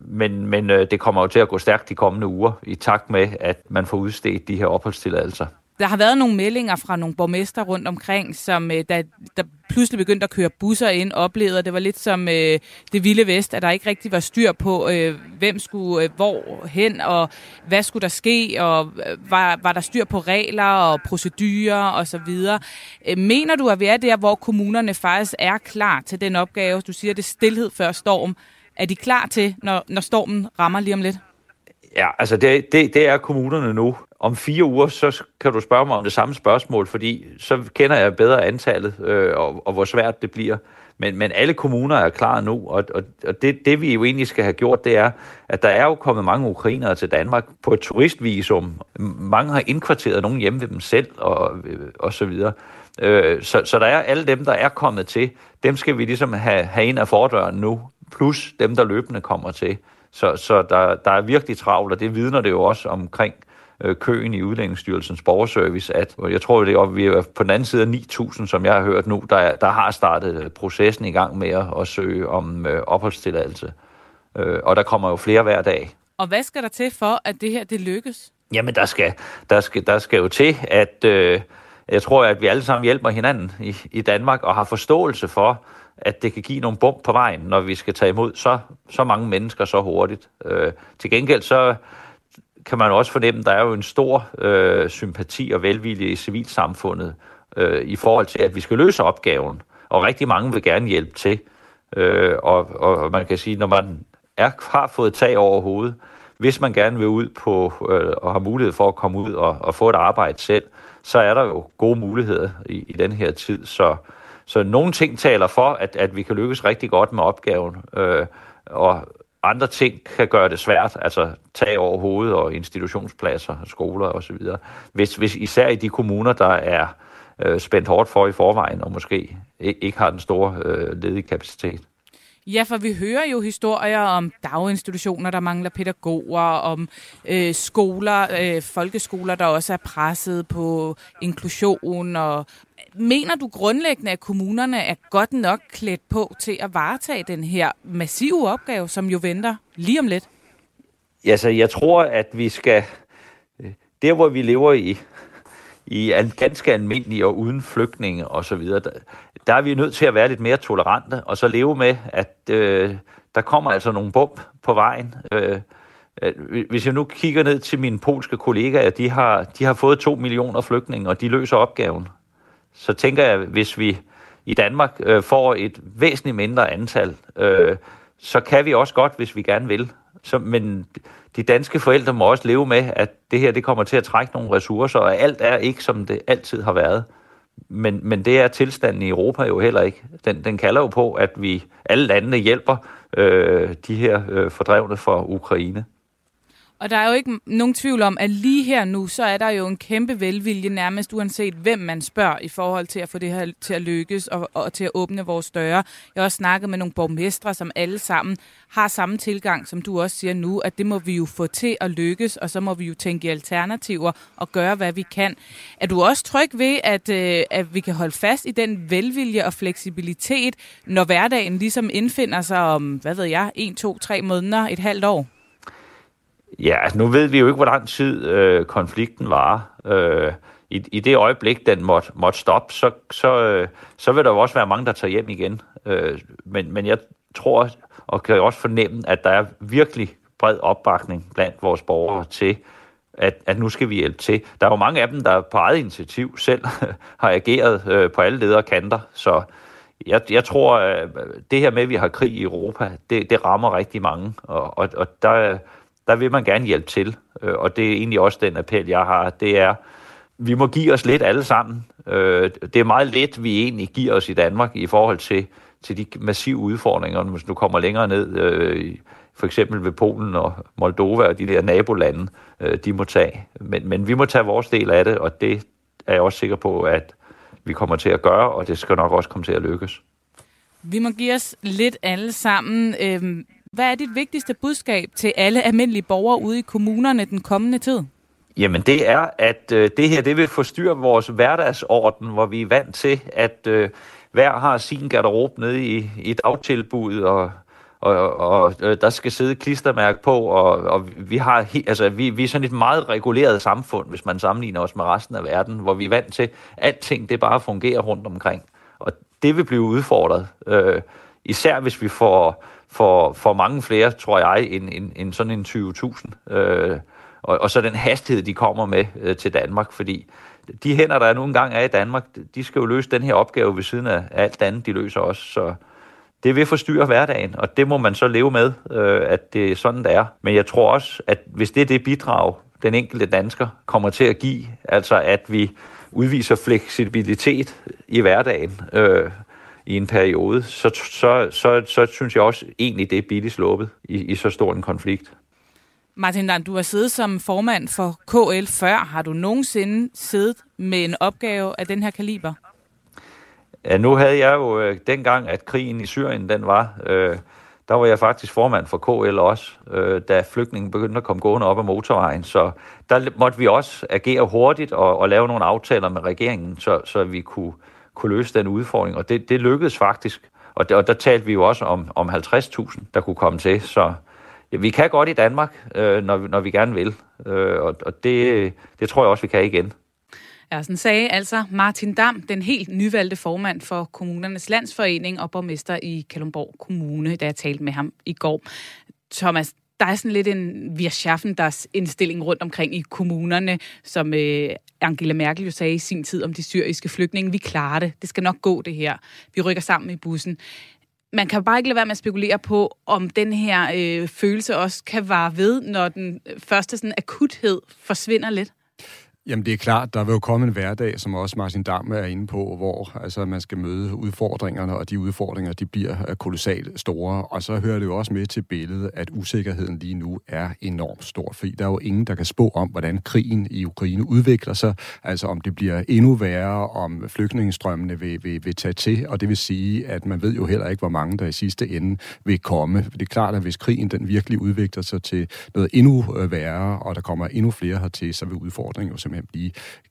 Speaker 7: Men det kommer jo til at gå stærkt de kommende uger, i takt med, at man får udstedt de her opholdstilladelser.
Speaker 5: Der har været nogle meldinger fra nogle borgmester rundt omkring, som der pludselig begyndte at køre busser ind, oplevede, det var lidt som det vilde vest, at der ikke rigtig var styr på, hvem skulle hvor hen, og hvad skulle der ske, og var der styr på regler og procedurer osv. Mener du, at vi er der, hvor kommunerne faktisk er klar til den opgave? Du siger, det er stilhed før storm. Er de klar til, når stormen rammer lige om lidt?
Speaker 7: Ja, altså det er kommunerne nu. Om 4 uger, så kan du spørge mig om det samme spørgsmål, fordi så kender jeg bedre antallet og hvor svært det bliver. Men alle kommuner er klar nu, og det vi jo egentlig skal have gjort, det er, at der er jo kommet mange ukrainere til Danmark på et turistvisum. Mange har indkvarteret nogen hjemme ved dem selv, og så videre. Så der er alle dem, der er kommet til, dem skal vi ligesom have ind af fordøren nu, plus dem, der løbende kommer til. Så der er virkelig travlt, og det vidner det jo også omkring køen i Udlændingsstyrelsens borgerservice, at jeg tror, det er vi er på den anden side af 9.000, som jeg har hørt nu, der har startet processen i gang med at søge om opholdstilladelse. Og der kommer jo flere hver dag.
Speaker 5: Og hvad skal der til for, at det her det lykkes?
Speaker 7: Jamen, der skal jo til, at jeg tror, at vi alle sammen hjælper hinanden i Danmark og har forståelse for, at det kan give nogle bump på vejen, når vi skal tage imod så mange mennesker så hurtigt. Til gengæld så kan man også fornemme, at der er jo en stor sympati og velvilje i civilsamfundet i forhold til, at vi skal løse opgaven. Og rigtig mange vil gerne hjælpe til. Og man kan sige, når man har fået tag over hovedet, hvis man gerne vil ud på og har mulighed for at komme ud og få et arbejde selv, så er der jo gode muligheder i den her tid. Så nogle ting taler for, at vi kan lykkes rigtig godt med opgaven, og andre ting kan gøre det svært, altså tag over hovedet og institutionspladser, skoler osv. Hvis især i de kommuner, der er spændt hårdt for i forvejen, og måske ikke har den store ledige kapacitet.
Speaker 5: Ja, for vi hører jo historier om daginstitutioner, der mangler pædagoger, om skoler, folkeskoler, der også er presset på inklusion. Og mener du grundlæggende, at kommunerne er godt nok klædt på til at varetage den her massive opgave, som jo venter lige om lidt?
Speaker 7: Altså, jeg tror, at vi skal... Der, hvor vi lever i ganske almindelige og uden flygtninge og så videre, der er vi nødt til at være lidt mere tolerante, og så leve med, at der kommer altså nogle bump på vejen. Hvis jeg nu kigger ned til mine polske kollegaer, de har fået 2 millioner flygtninge, og de løser opgaven. Så tænker jeg, hvis vi i Danmark får et væsentligt mindre antal, så kan vi også godt, hvis vi gerne vil. Men de danske forældre må også leve med, at det her det kommer til at trække nogle ressourcer, og alt er ikke, som det altid har været. Men det er tilstanden i Europa jo heller ikke. Den kalder jo på, at vi alle landene hjælper de her fordrevne fra Ukraine.
Speaker 5: Og der er jo ikke nogen tvivl om, at lige her nu, så er der jo en kæmpe velvilje, nærmest uanset hvem man spørger, i forhold til at få det her til at lykkes og til at åbne vores døre. Jeg har også snakket med nogle borgmestre, som alle sammen har samme tilgang, som du også siger nu, at det må vi jo få til at lykkes, og så må vi jo tænke i alternativer og gøre, hvad vi kan. Er du også tryg ved, at vi kan holde fast i den velvilje og fleksibilitet, når hverdagen ligesom indfinder sig om, 1, 2, 3 måneder, et halvt år?
Speaker 7: Ja, altså nu ved vi jo ikke, hvor lang tid konflikten varer. I det øjeblik, den måtte stoppe, så vil der jo også være mange, der tager hjem igen. Men jeg tror, og kan også fornemme, at der er virkelig bred opbakning blandt vores borgere til, at nu skal vi hjælpe til. Der er jo mange af dem, der på eget initiativ selv har ageret på alle ledere kanter, så jeg tror, at det her med, at vi har krig i Europa, det rammer rigtig mange, og der vil man gerne hjælpe til, og det er egentlig også den appel, jeg har, det er, vi må give os lidt alle sammen. Det er meget let, vi egentlig giver os i Danmark i forhold til de massive udfordringer, hvis du kommer længere ned, for eksempel ved Polen og Moldova og de der nabolande, de må tage. Men vi må tage vores del af det, og det er jeg også sikker på, at vi kommer til at gøre, og det skal nok også komme til at lykkes.
Speaker 5: Vi må give os lidt alle sammen. Hvad er dit vigtigste budskab til alle almindelige borgere ude i kommunerne den kommende tid?
Speaker 7: Jamen det er, at det her det vil forstyrre vores hverdagsorden, hvor vi er vant til, at hver har sin garderobe nede i dagtilbud, og der skal sidde et klistermærke på, og vi er sådan et meget reguleret samfund, hvis man sammenligner os med resten af verden, hvor vi er vant til, at alting det bare fungerer rundt omkring. Og det vil blive udfordret, især hvis vi får mange flere, tror jeg, end sådan en 20.000. Og så den hastighed, de kommer med til Danmark, fordi de hænder, der nu engang er i Danmark, de skal jo løse den her opgave ved siden af alt andet, de løser også. Så det vil forstyrre hverdagen, og det må man så leve med, at det er sådan, det er. Men jeg tror også, at hvis det er det bidrag, den enkelte dansker kommer til at give, altså at vi udviser fleksibilitet i hverdagen, i en periode, så synes jeg også egentlig, det er billigt sluppet i så stor en konflikt.
Speaker 5: Martin Damm, du har siddet som formand for KL før. Har du nogensinde siddet med en opgave af den her kaliber?
Speaker 7: Ja, nu havde jeg jo dengang, at krigen i Syrien, den var, der var jeg faktisk formand for KL også, da flygtningen begyndte at komme gående op ad motorvejen. Så der måtte vi også agere hurtigt og lave nogle aftaler med regeringen, så vi kunne løse den udfordring. Og det lykkedes faktisk. Og der talte vi jo også om 50.000, der kunne komme til. Så ja, vi kan godt i Danmark, når vi gerne vil. Og det tror jeg også, vi kan igen.
Speaker 5: Ja, sådan sagde altså Martin Damm, den helt nyvalgte formand for Kommunernes Landsforening og borgmester i Kalundborg Kommune, da jeg talte med ham i går. Thomas, der er sådan lidt en Wirtschaffenders indstilling rundt omkring i kommunerne, som Angela Merkel jo sagde i sin tid om de syriske flygtninge. Vi klarer det. Det skal nok gå, det her. Vi rykker sammen i bussen. Man kan bare ikke lade være med at spekulere på, om den her følelse også kan vare ved, når den første sådan akuthed forsvinder lidt.
Speaker 8: Jamen det er klart, der vil jo komme en hverdag, som også Martin Damm er inde på, hvor altså, man skal møde udfordringerne, og de udfordringer, de bliver kolossalt store. Og så hører det jo også med til billedet, at usikkerheden lige nu er enormt stor, fordi der er jo ingen, der kan spå om, hvordan krigen i Ukraine udvikler sig, altså om det bliver endnu værre, om flygtningestrømmene vil tage til, og det vil sige, at man ved jo heller ikke, hvor mange der i sidste ende vil komme. Det er klart, at hvis krigen den virkelig udvikler sig til noget endnu værre, og der kommer endnu flere hertil, så vil udfordringen jo simpelthen blive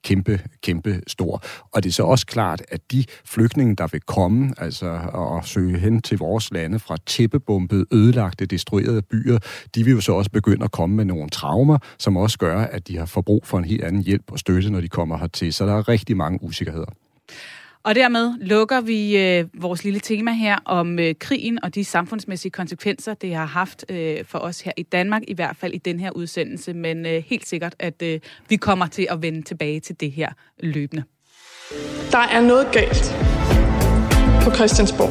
Speaker 8: kæmpe stor. Og det er så også klart, at de flygtninge, der vil komme, altså og søge hen til vores lande fra tæppebombede, ødelagte, destruerede byer, de vil jo så også begynde at komme med nogle traumer, som også gør, at de har brug for en helt anden hjælp og støtte, når de kommer hertil. Så der er rigtig mange usikkerheder.
Speaker 5: Og dermed lukker vi vores lille tema her om krigen og de samfundsmæssige konsekvenser, det har haft for os her i Danmark, i hvert fald i den her udsendelse. Men helt sikkert, at vi kommer til at vende tilbage til det her løbende.
Speaker 1: Der er noget galt på Christiansborg.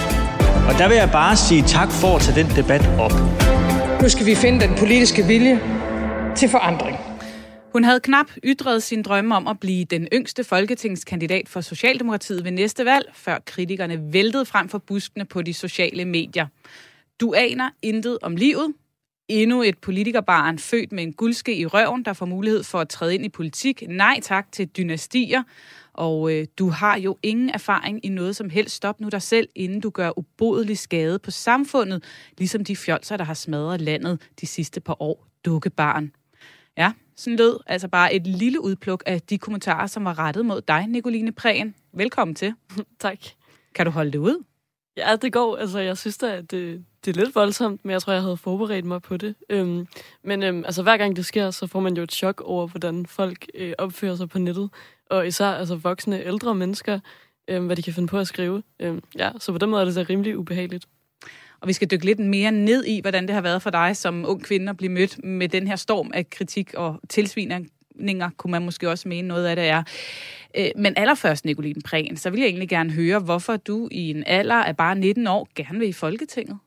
Speaker 3: Og der vil jeg bare sige tak for at tage den debat op.
Speaker 1: Nu skal vi finde den politiske vilje til forandring.
Speaker 5: Hun havde knap ytret sin drømme om at blive den yngste folketingskandidat for Socialdemokratiet ved næste valg, før kritikerne væltede frem for buskene på de sociale medier. Du aner intet om livet. Endnu et politikerbarn født med en guldske i røven, der får mulighed for at træde ind i politik. Nej tak til dynastier. Og du har jo ingen erfaring i noget som helst. Stop nu dig selv, inden du gør ubodelig skade på samfundet, ligesom de fjolser, der har smadret landet de sidste par år. Dukkebarn. Ja, sådan lød altså bare et lille udpluk af de kommentarer, som var rettet mod dig, Nicoline Prehn. Velkommen til.
Speaker 12: Tak.
Speaker 5: Kan du holde det ud?
Speaker 12: Ja, det går. Altså, jeg synes da, at det er lidt voldsomt, men jeg tror, jeg havde forberedt mig på det. Men altså, hver gang det sker, så får man jo et chok over, hvordan folk opfører sig på nettet. Og især altså, voksne, ældre mennesker, hvad de kan finde på at skrive. Ja, så på den måde er det da rimelig ubehageligt.
Speaker 5: Og vi skal dykke lidt mere ned i, hvordan det har været for dig som ung kvinde at blive mødt med den her storm af kritik og tilsvininger, kunne man måske også mene noget af det er. Men allerførst, Nicoline Prehn, så vil jeg egentlig gerne høre, hvorfor du i en alder af bare 19 år gerne vil i Folketinget.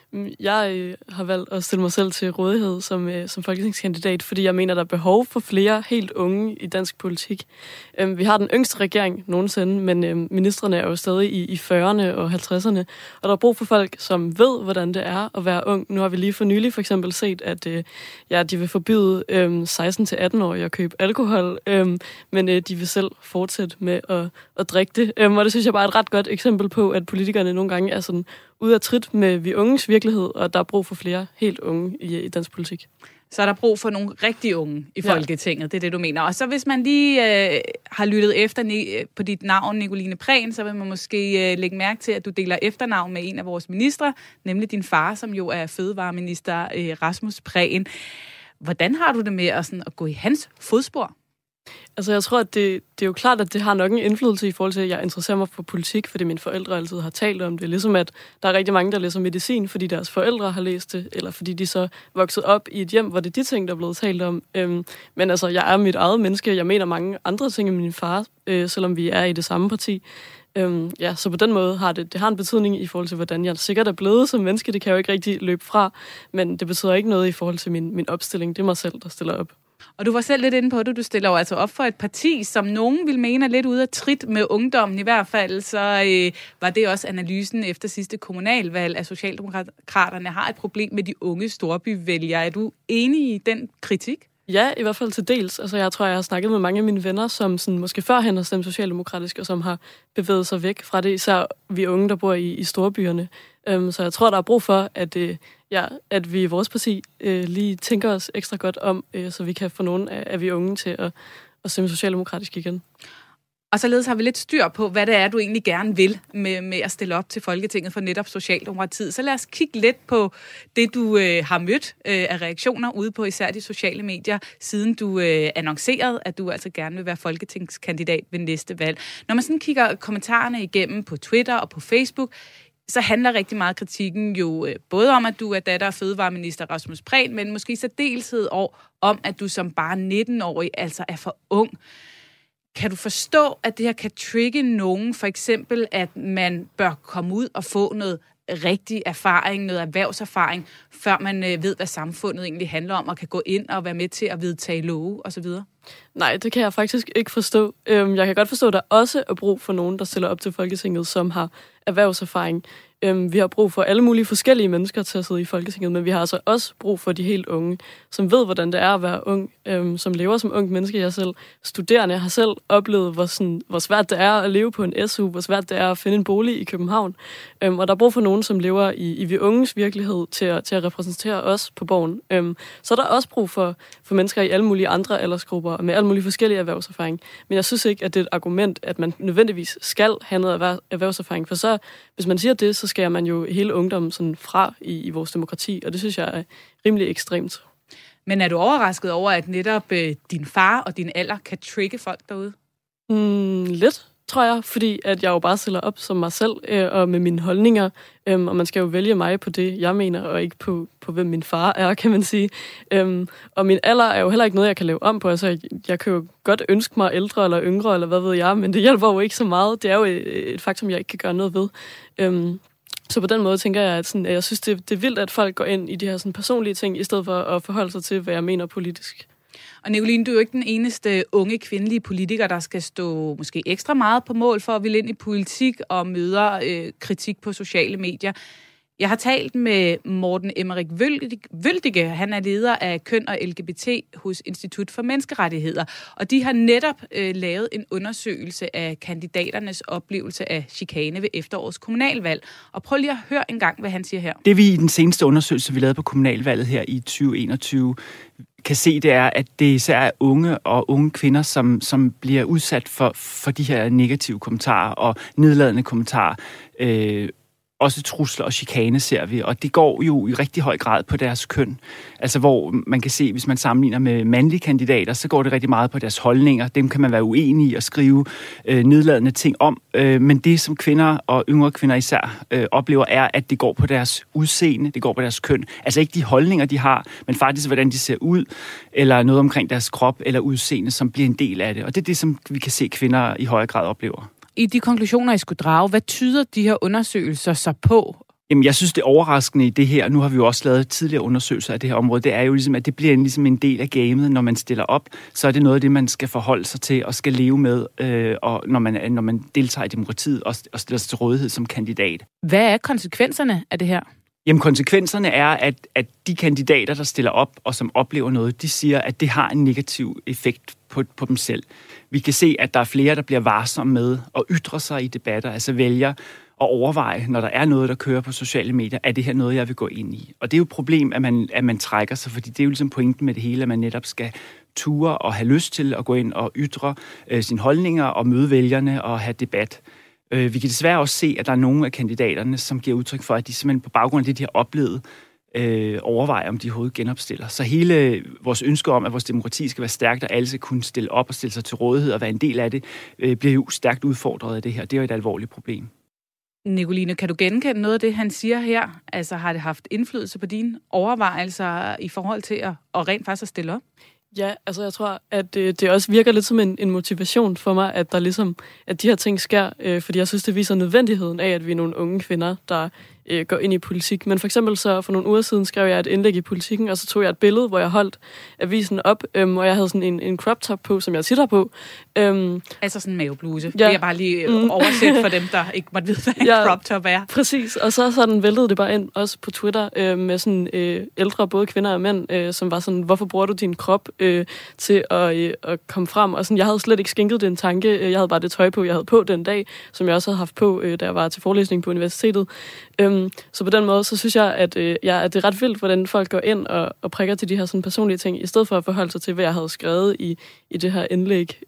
Speaker 12: Jeg har valgt at stille mig selv til rådighed som folketingskandidat, fordi jeg mener, der er behov for flere helt unge i dansk politik. Vi har den yngste regering nogensinde, men ministrene er jo stadig i 40'erne og 50'erne, og der er brug for folk, som ved, hvordan det er at være ung. Nu har vi lige for nylig for eksempel set, at de vil forbyde 16-18-årige at købe alkohol, men de vil selv fortsætte med at drikke det. Og det synes jeg bare er et ret godt eksempel på, at politikerne nogle gange er sådan ude af trit med vi unges virkelighed, og der er brug for flere helt unge i dansk politik.
Speaker 5: Så er der brug for nogle rigtig unge i Folketinget, det er det, du mener. Og så hvis man lige har lyttet efter på dit navn, Nicoline Prehn, så vil man måske lægge mærke til, at du deler efternavn med en af vores ministre, nemlig din far, som jo er fødevareminister Rasmus Prehn. Hvordan har du det med at gå i hans fodspor?
Speaker 12: Altså, jeg tror, at det er jo klart, at det har nok en indflydelse i forhold til, at jeg interesserer mig for politik, fordi mine forældre altid har talt om det. Ligesom at der er rigtig mange, der læser medicin, fordi deres forældre har læst det, eller fordi de så vokset op i et hjem, hvor det er de ting, der er blevet talt om. Men altså, jeg er mit eget menneske. Jeg mener mange andre ting end min far, selvom vi er i det samme parti. Så på den måde har det har en betydning i forhold til, hvordan jeg sikkert er blevet som menneske. Det kan jeg jo ikke rigtig løbe fra, men det betyder ikke noget i forhold til min opstilling. Det er mig selv, der stiller op.
Speaker 5: Og du var selv lidt inde på det. Du stiller jo altså op for et parti, som nogen vil mene er lidt ude af trit med ungdommen. I hvert fald så var det også analysen efter sidste kommunalvalg, at Socialdemokraterne har et problem med de unge storbyvælgere. Er du enig i den kritik?
Speaker 12: Ja, i hvert fald til dels. Altså, jeg tror, jeg har snakket med mange af mine venner, som sådan, måske førhen har stemt socialdemokratisk, og som har bevæget sig væk fra det, især vi unge, der bor i storbyerne. Så jeg tror, der er brug for, at vi i vores parti lige tænker os ekstra godt om, så vi kan få nogle af vi unge til at stemme socialdemokratisk igen.
Speaker 5: Og således har vi lidt styr på, hvad det er, du egentlig gerne vil med at stille op til Folketinget for netop Socialdemokratiet. Så lad os kigge lidt på det, du har mødt af reaktioner ude på især de sociale medier, siden du annoncerede, at du altså gerne vil være folketingskandidat ved næste valg. Når man sådan kigger kommentarerne igennem på Twitter og på Facebook, så handler rigtig meget kritikken jo både om, at du er datter af fødevareminister Rasmus Prehn, men måske i særdeleshed om, at du som bare 19-årig altså er for ung. Kan du forstå, at det her kan trigge nogen, for eksempel, at man bør komme ud og få noget rigtig erfaring, noget erhvervserfaring, før man ved, hvad samfundet egentlig handler om, og kan gå ind og være med til at vedtage love osv.?
Speaker 12: Nej, det kan jeg faktisk ikke forstå. Jeg kan godt forstå, at der også er brug for nogen, der stiller op til Folketinget, som har erhvervserfaring. Vi har brug for alle mulige forskellige mennesker til at sidde i Folketinget, men vi har altså også brug for de helt unge, som ved, hvordan det er at være ung, som lever som ung menneske. Jeg selv studerende har selv oplevet, hvor svært det er at leve på en SU, hvor svært det er at finde en bolig i København. Og der er brug for nogen, som lever i vi unges virkelighed til at repræsentere os på Borgen. Så er der også brug for mennesker i alle mulige andre aldersgrupper, med alle mulige forskellige erhvervserfaring. Men jeg synes ikke, at det er et argument, at man nødvendigvis skal have noget erhvervserfaring, for så, hvis man siger det, så skærer man jo hele ungdommen sådan fra i vores demokrati, og det synes jeg er rimelig ekstremt.
Speaker 5: Men er du overrasket over, at netop din far og din alder kan trigge folk derude?
Speaker 12: Lidt, tror jeg, fordi at jeg jo bare stiller op som mig selv og med mine holdninger, og man skal jo vælge mig på det, jeg mener, og ikke på hvem min far er, kan man sige. Og min alder er jo heller ikke noget, jeg kan lave om på. Altså, jeg kan jo godt ønske mig ældre eller yngre, eller hvad ved jeg, men det hjælper jo ikke så meget. Det er jo et faktum, jeg ikke kan gøre noget ved. Så på den måde tænker jeg, at jeg synes, det er vildt, at folk går ind i de her sådan, personlige ting, i stedet for at forholde sig til, hvad jeg mener politisk.
Speaker 5: Og Nicoline, du er jo ikke den eneste unge kvindelige politiker, der skal stå måske ekstra meget på mål for at ville ind i politik og møder kritik på sociale medier. Jeg har talt med Morten Emmerik Vøldige. Han er leder af køn og LGBT hos Institut for Menneskerettigheder. Og de har netop lavet en undersøgelse af kandidaternes oplevelse af chikane ved efterårets kommunalvalg. Og prøv lige at høre en gang, hvad han siger her.
Speaker 13: Det vi i den seneste undersøgelse, vi lavede på kommunalvalget her i 2021, kan se, det er, at det især er unge og unge kvinder, som bliver udsat for de her negative kommentarer og nedladende kommentarer. Også trusler og chikane ser vi, og det går jo i rigtig høj grad på deres køn. Altså hvor man kan se, hvis man sammenligner med mandlige kandidater, så går det rigtig meget på deres holdninger. Dem kan man være uenig i og skrive nedladende ting om. Men det, som kvinder og yngre kvinder især oplever, er, at det går på deres udseende, det går på deres køn. Altså ikke de holdninger, de har, men faktisk, hvordan de ser ud, eller noget omkring deres krop eller udseende, som bliver en del af det. Og det er det, som vi kan se, kvinder i høj grad oplever.
Speaker 5: I de konklusioner, I skulle drage, hvad tyder de her undersøgelser så på?
Speaker 13: Jamen, jeg synes, det overraskende i det her, nu har vi jo også lavet tidligere undersøgelser af det her område, det er jo ligesom, at det bliver ligesom en del af gamet, når man stiller op, så er det noget af det, man skal forholde sig til og skal leve med, og når man deltager i demokratiet og stiller sig til rådighed som kandidat. Hvad er konsekvenserne af det her? Jamen, konsekvenserne er, at de kandidater, der stiller op og som oplever noget, de siger, at det har en negativ effekt på dem selv. Vi kan se, at der er flere, der bliver varsomme med at ytre sig i debatter, altså vælger at overveje, når der er noget, der kører på sociale medier, er det her noget, jeg vil gå ind i? Og det er jo et problem, at man trækker sig, fordi det er jo ligesom pointen med det hele, at man netop skal ture og have lyst til at gå ind og ytre sine holdninger og møde vælgerne og have debat. Vi kan desværre også se, at der er nogle af kandidaterne, som giver udtryk for, at de simpelthen på baggrund af det, de har oplevet, overveje, om de overhovedet genopstiller. Så hele vores ønske om, at vores demokrati skal være stærkt, og alle skal kunne stille op og stille sig til rådighed og være en del af det, bliver jo stærkt udfordret af det her. Det er jo et alvorligt problem.
Speaker 5: Nicoline, kan du genkende noget af det, han siger her? Altså, har det haft indflydelse på dine overvejelser i forhold til at rent faktisk at stille op?
Speaker 12: Ja, altså jeg tror, at det også virker lidt som en motivation for mig, at der ligesom, at de her ting sker, fordi jeg synes, det viser nødvendigheden af, at vi er nogle unge kvinder, der går ind i politik. Men for eksempel så for nogle uger siden skrev jeg et indlæg i Politikken, og så tog jeg et billede, hvor jeg holdt avisen op, og jeg havde sådan en crop top på, som jeg tit har på.
Speaker 5: Altså sådan en mavebluse. Ja. Det er bare lige oversæt for dem, der ikke måtte vide, hvad en crop top er.
Speaker 12: Præcis, og så sådan væltede det bare ind, også på Twitter, med sådan ældre, både kvinder og mænd, som var sådan, hvorfor bruger du din krop til at komme frem? Og sådan, jeg havde slet ikke skænket den tanke. Jeg havde bare det tøj på, jeg havde på den dag, som jeg også havde haft på, da jeg var til forelæsning på universitetet. Så på den måde, så synes jeg, at det er ret vildt, hvordan folk går ind og prikker til de her sådan personlige ting, i stedet for at forholde sig til, hvad jeg havde skrevet i det her indlæg.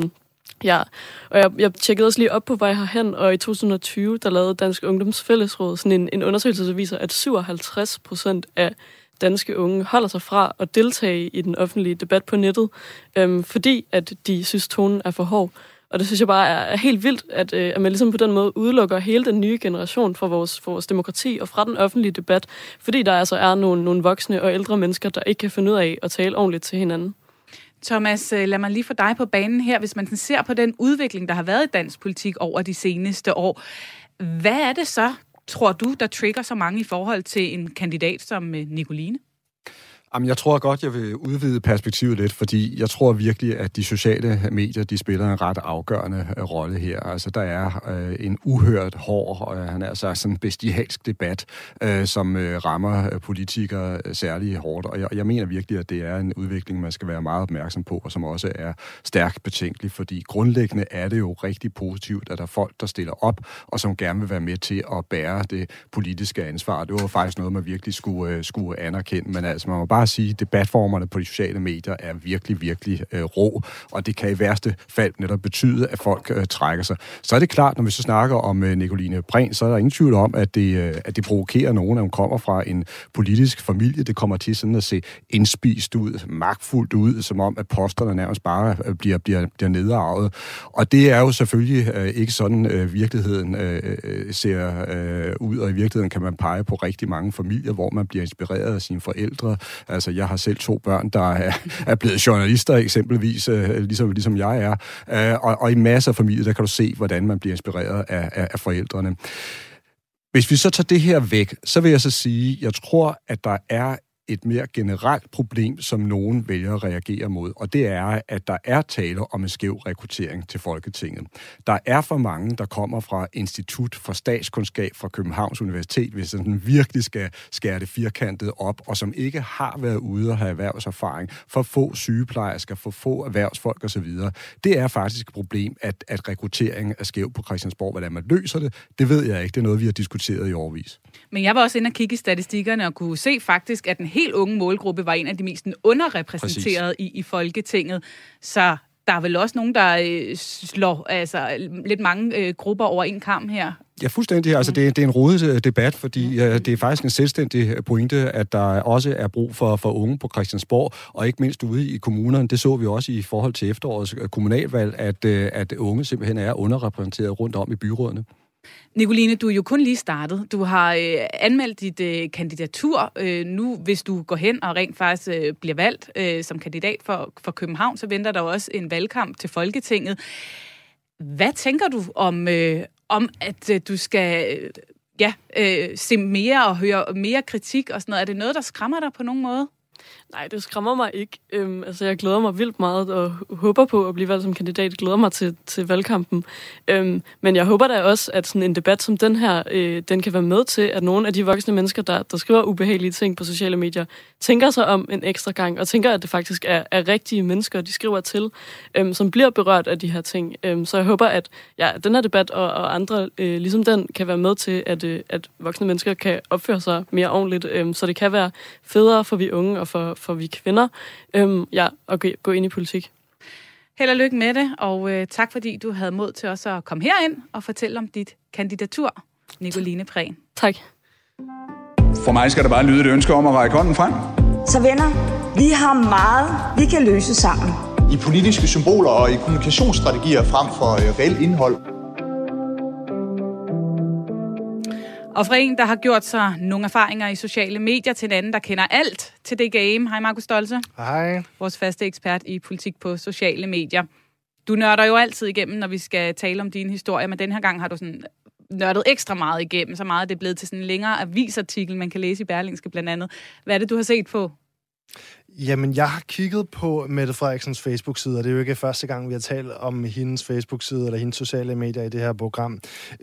Speaker 12: Ja, og jeg tjekkede også lige op på vej herhen, og i 2020, der lavede Dansk Ungdoms Fællesråd sådan en undersøgelse, der viser, at 57% af danske unge holder sig fra at deltage i den offentlige debat på nettet, fordi at de synes, tonen er for hård. Og det synes jeg bare er helt vildt, at man ligesom på den måde udelukker hele den nye generation fra vores demokrati og fra den offentlige debat, fordi der altså er nogle voksne og ældre mennesker, der ikke kan finde ud af at tale ordentligt til hinanden.
Speaker 5: Thomas, lad mig lige få dig på banen her. Hvis man ser på den udvikling, der har været i dansk politik over de seneste år, hvad er det så, tror du, der trigger så mange i forhold til en kandidat som Nikoline?
Speaker 8: Jamen, jeg tror godt, jeg vil udvide perspektivet lidt, fordi jeg tror virkelig, at de sociale medier, de spiller en ret afgørende rolle her. Altså, der er en uhørt hård, og han er sagt sådan en bestialsk debat, som rammer politikere særlig hårdt. Og jeg mener virkelig, at det er en udvikling, man skal være meget opmærksom på, og som også er stærkt betænkelig, fordi grundlæggende er det jo rigtig positivt, at der er folk, der stiller op, og som gerne vil være med til at bære det politiske ansvar. Det var faktisk noget, man virkelig skulle anerkende, men altså, man må bare sige, at debatformerne på de sociale medier er virkelig, virkelig rå, og det kan i værste fald netop betyde, at folk trækker sig. Så er det klart, når vi så snakker om Nikoline Prehn, så er der ingen tvivl om, at det provokerer nogen, at hun kommer fra en politisk familie. Det kommer til sådan at se indspist ud, magtfuldt ud, som om, at posterne nærmest bare bliver nedarvet. Og det er jo selvfølgelig ikke sådan, virkeligheden ser ud, og i virkeligheden kan man pege på rigtig mange familier, hvor man bliver inspireret af sine forældre. Altså, jeg har selv 2 børn, der er blevet journalister eksempelvis, ligesom jeg er. Og i masser af familier, der kan du se, hvordan man bliver inspireret af forældrene. Hvis vi så tager det her væk, så vil jeg så sige, jeg tror, at der er et mere generelt problem, som nogen vælger at reagere mod, og det er, at der er tale om en skæv rekruttering til Folketinget. Der er for mange, der kommer fra Institut for Statskundskab fra Københavns Universitet, hvis den virkelig skal skære det firkantet op, og som ikke har været ude og have erhvervserfaring, for få sygeplejersker, for få erhvervsfolk osv. Det er faktisk et problem, at rekrutteringen er skæv på Christiansborg. Hvordan man løser det, det ved jeg ikke. Det er noget, vi har diskuteret i årevis.
Speaker 5: Men jeg var også inde og kigge i statistikkerne og kunne se faktisk, at den helt unge målgruppe var en af de mest underrepræsenterede i Folketinget. Så der er vel også nogen, der slår lidt mange grupper over en kam her.
Speaker 8: Ja, fuldstændig. Altså, det er en rodet debat, fordi det er faktisk en selvstændig pointe, at der også er brug for unge på Christiansborg, og ikke mindst ude i kommunerne. Det så vi også i forhold til efterårets kommunalvalg, at unge simpelthen er underrepræsenteret rundt om i byrådene.
Speaker 5: Nikoline, du er jo kun lige startet. Du har anmeldt dit kandidatur. Nu, hvis du går hen og rent faktisk bliver valgt som kandidat for København, så venter der også en valgkamp til Folketinget. Hvad tænker du om at du skal se mere og høre mere kritik og sådan noget? Er det noget, der skræmmer dig på nogen måde?
Speaker 12: Nej, det skræmmer mig ikke. Jeg glæder mig vildt meget og håber på at blive valgt som kandidat. Glæder mig til valgkampen. Men jeg håber da også, at sådan en debat som den her, den kan være med til, at nogle af de voksne mennesker, der skriver ubehagelige ting på sociale medier, tænker sig om en ekstra gang, og tænker, at det faktisk er rigtige mennesker, de skriver til, som bliver berørt af de her ting. Så jeg håber, at den her debat og andre, ligesom den, kan være med til, at voksne mennesker kan opføre sig mere ordentligt, så det kan være federe for vi unge og for vi kvinder, at gå ind i politik.
Speaker 5: Held og lykke med det, og tak fordi du havde mod til også at komme herind og fortælle om dit kandidatur, Nikoline Prehn.
Speaker 12: Tak.
Speaker 2: For mig skal der bare lyde et ønske om at række hånden frem.
Speaker 14: Så venner, vi har meget, vi kan løse sammen.
Speaker 15: I politiske symboler og i kommunikationsstrategier frem for reelt indhold.
Speaker 5: Og fra en, der har gjort sig nogle erfaringer i sociale medier, til en anden, der kender alt til det game. Hej Markus Stolze.
Speaker 16: Hej.
Speaker 5: Vores faste ekspert i politik på sociale medier. Du nørder jo altid igennem, når vi skal tale om dine historier, men den her gang har du sådan nørdet ekstra meget igennem, så meget det er blevet til sådan en længere avisartikel, man kan læse i Berlingske blandt andet. Hvad er det, du har set på?
Speaker 16: Jamen, jeg har kigget på Mette Frederiksens Facebook-side, og det er jo ikke første gang, vi har talt om hendes Facebook-side eller hendes sociale medier i det her program.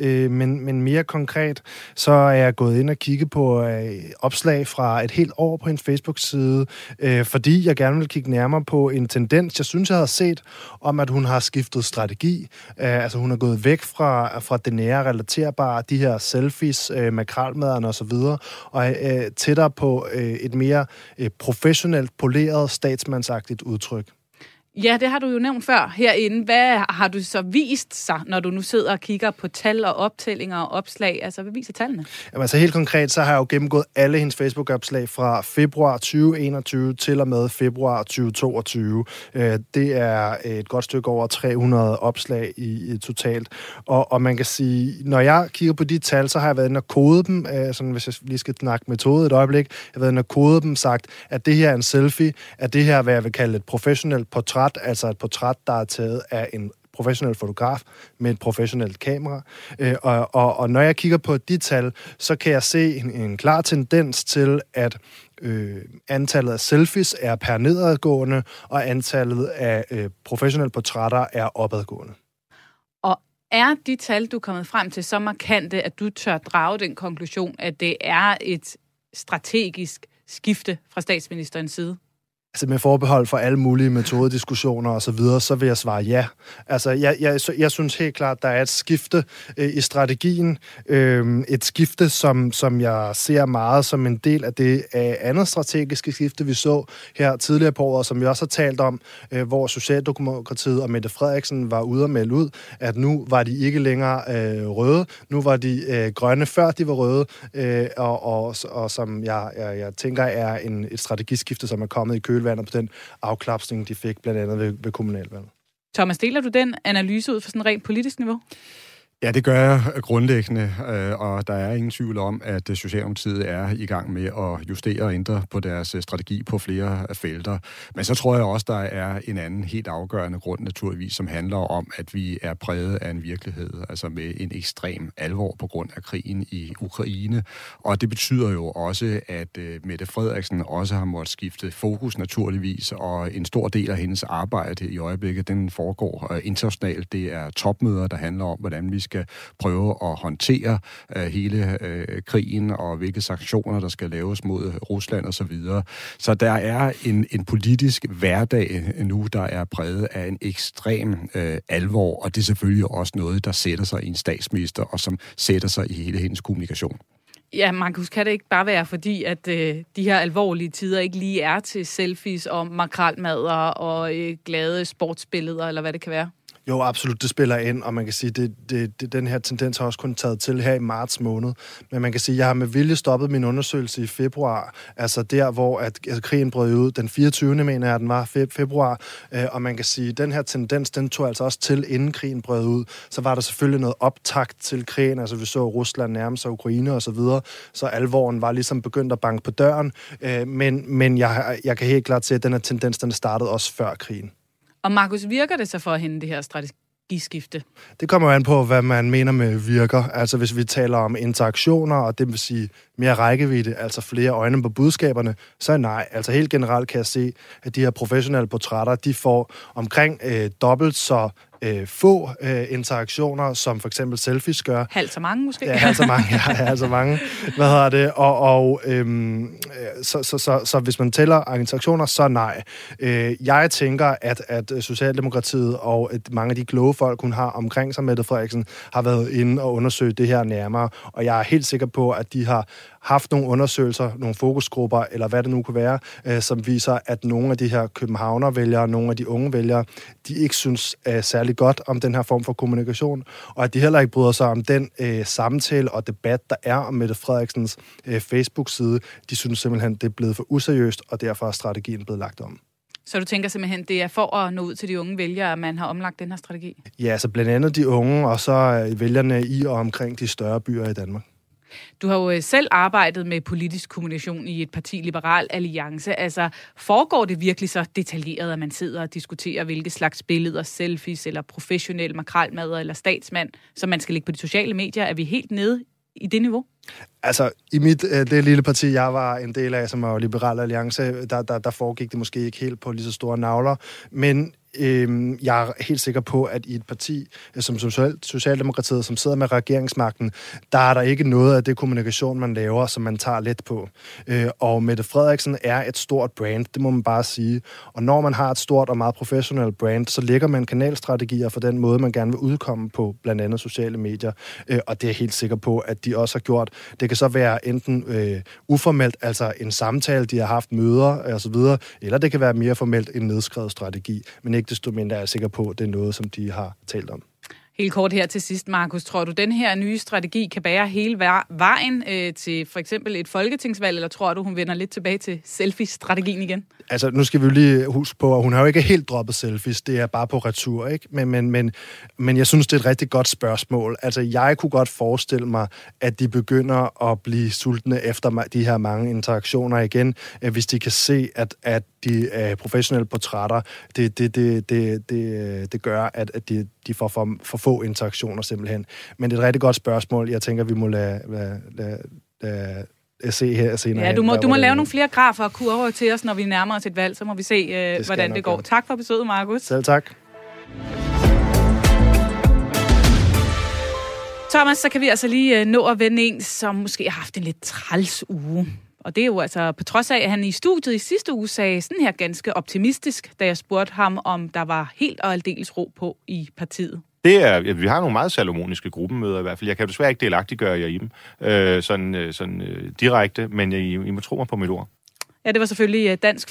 Speaker 16: Men mere konkret, så er jeg gået ind og kigget på opslag fra et helt år på hendes Facebook-side, fordi jeg gerne vil kigge nærmere på en tendens, jeg synes, jeg har set, om at hun har skiftet strategi. Altså, hun er gået væk fra det nære relaterbare, de her selfies, makrelmaderne osv., og tættere på et mere professionelt, poleret, statsmandsagtigt udtryk.
Speaker 5: Ja, det har du jo nævnt før herinde. Hvad har du så vist sig, når du nu sidder og kigger på tal og optællinger og opslag? Altså, hvad viser tallene?
Speaker 16: Jamen, altså helt konkret, så har jeg jo gennemgået alle hendes Facebook-opslag fra februar 2021 til og med februar 2022. Det er et godt stykke over 300 opslag i totalt. Og man kan sige, når jeg kigger på de tal, så har jeg været inde og kode dem, sådan hvis jeg lige skal snakke metode et øjeblik, jeg har været inde og kode dem, sagt, at det her er en selfie, at det her, hvad jeg vil kalde et professionelt portræt, altså et portræt, der er taget af en professionel fotograf med et professionelt kamera. Og når jeg kigger på de tal, så kan jeg se en klar tendens til, at antallet af selfies er per nedadgående, og antallet af professionelle portrætter er opadgående.
Speaker 5: Og er de tal, du er kommet frem til, så markante, at du tør drage den konklusion, at det er et strategisk skifte fra statsministerens side?
Speaker 16: Altså med forbehold for alle mulige metodediskussioner og så videre, så vil jeg svare ja. Altså jeg synes helt klart, der er et skifte i strategien. Et skifte, som jeg ser meget som en del af det andet strategiske skifte, vi så her tidligere på året, som vi også har talt om, hvor Socialdemokratiet og Mette Frederiksen var ude og melde ud, at nu var de ikke længere røde. Nu var de grønne, før de var røde. Og som jeg tænker er et strategiskifte, som er kommet i kølvandet på den afklapsning, de fik blandt andet ved kommunalvalget.
Speaker 5: Thomas, deler du den analyse ud fra sådan et rent politisk niveau?
Speaker 8: Ja, det gør jeg grundlæggende, og der er ingen tvivl om, at Socialdemokratiet er i gang med at justere og ændre på deres strategi på flere felter. Men så tror jeg også, der er en anden helt afgørende grund naturligvis, som handler om, at vi er præget af en virkelighed, altså med en ekstrem alvor på grund af krigen i Ukraine. Og det betyder jo også, at Mette Frederiksen også har måttet skifte fokus naturligvis, og en stor del af hendes arbejde i øjeblikket, den foregår internationalt. Det er topmøder, der handler om, hvordan vi skal prøve at håndtere hele krigen og hvilke sanktioner, der skal laves mod Rusland og så videre. Så der er en politisk hverdag nu, der er præget af en ekstrem alvor, og det er selvfølgelig også noget, der sætter sig i en statsminister, og som sætter sig i hele hendes kommunikation.
Speaker 5: Ja, Markus, kan det ikke bare være, fordi at de her alvorlige tider ikke lige er til selfies og makrelmadder og glade sportsbilleder, eller hvad det kan være?
Speaker 16: Jo, absolut, det spiller ind, og man kan sige, den her tendens har også kun taget til her i marts måned. Men man kan sige, jeg har med vilje stoppet min undersøgelse i februar, altså der, hvor krigen brød ud, den 24. mener jeg, den var februar, og man kan sige, den her tendens, den tog altså også til, inden krigen brød ud. Så var der selvfølgelig noget optakt til krigen, altså vi så Rusland nærme sig Ukraine og så videre, så alvoren var ligesom begyndt at banke på døren, men jeg kan helt klart se, at den her tendens, den startede også før krigen.
Speaker 5: Og Markus, virker det så for hende, det her strategiskifte?
Speaker 16: Det kommer jo an på, hvad man mener med virker. Altså hvis vi taler om interaktioner, og det vil sige mere rækkevidde, altså flere øjne på budskaberne, så er nej. Altså helt generelt kan jeg se, at de her professionelle portrætter, de får omkring dobbelt så få interaktioner, som for eksempel selfies gør.
Speaker 5: Halvt så mange måske?
Speaker 16: Ja, halvt så mange. Halvt så mange. Hvad hedder det? Så hvis man tæller interaktioner, så nej. Jeg tænker, at Socialdemokratiet og mange af de kloge folk, hun har omkring sig, Mette Frederiksen, har været inde og undersøgt det her nærmere. Og jeg er helt sikker på, at de har haft nogle undersøgelser, nogle fokusgrupper, eller hvad det nu kunne være, som viser, at nogle af de her københavnervælgere, nogle af de unge vælgere, de ikke synes særlig godt om den her form for kommunikation, og at de heller ikke bryder sig om den samtale og debat, der er om Mette Frederiksens Facebook-side. De synes simpelthen, det er blevet for useriøst, og derfor er strategien blevet lagt om.
Speaker 5: Så du tænker simpelthen, det er for at nå ud til de unge vælgere, at man har omlagt den her strategi?
Speaker 16: Ja, så blandt andet de unge, og så vælgerne i og omkring de større byer i Danmark.
Speaker 5: Du har jo selv arbejdet med politisk kommunikation i et parti, Liberal Alliance. Altså, foregår det virkelig så detaljeret, at man sidder og diskuterer, hvilke slags billeder, selfies eller professionel makrelmad eller statsmand, som man skal lægge på de sociale medier? Er vi helt nede i det niveau?
Speaker 16: Altså, i det lille parti, jeg var en del af, som var Liberal Alliance, der foregik det måske ikke helt på lige så store navler, men jeg er helt sikker på, at i et parti som Socialdemokratiet, som sidder med regeringsmagten, der er der ikke noget af det kommunikation, man laver, som man tager let på. Og Mette Frederiksen er et stort brand, det må man bare sige. Og når man har et stort og meget professionelt brand, så lægger man kanalstrategier for den måde, man gerne vil udkomme på, blandt andet sociale medier. Og det er jeg helt sikker på, at de også har gjort. Det kan så være enten uformelt, altså en samtale, de har haft møder og så videre, eller det kan være mere formelt en nedskrevet strategi. Men ikke desto mindre er jeg sikker på, at det er noget, som de har talt om.
Speaker 5: Helt kort her til sidst, Markus. Tror du, den her nye strategi kan bære hele vejen til for eksempel et folketingsvalg, eller tror du, hun vender lidt tilbage til selfie-strategien igen?
Speaker 16: Altså, nu skal vi jo lige huske på, at hun har jo ikke helt droppet selfies. Det er bare på retur, ikke? Men jeg synes, det er et rigtig godt spørgsmål. Altså, jeg kunne godt forestille mig, at de begynder at blive sultne efter de her mange interaktioner igen, hvis de kan se, at de professionelle portrætter, det gør, at de får for få interaktioner simpelthen. Men det er et rigtig godt spørgsmål. Jeg tænker, vi må lade se her senere.
Speaker 5: Ja, du må lave nogle flere grafer og kurver til os, når vi nærmer os et valg, så må vi se, hvordan det går. Tak for besøget, Markus.
Speaker 16: Selv tak.
Speaker 5: Thomas, så kan vi altså lige nå at vende en, som måske har haft en lidt træls uge. Og det er jo altså på trods af, at han i studiet i sidste uge sagde sådan her ganske optimistisk, da jeg spurgte ham, om der var helt og aldeles ro på i partiet.
Speaker 17: Vi har nogle meget salomoniske gruppemøder i hvert fald. Jeg kan jo desværre ikke delagtiggøre jer i dem direkte, men I må tro mig på mit ord.
Speaker 5: Ja, det var selvfølgelig Dansk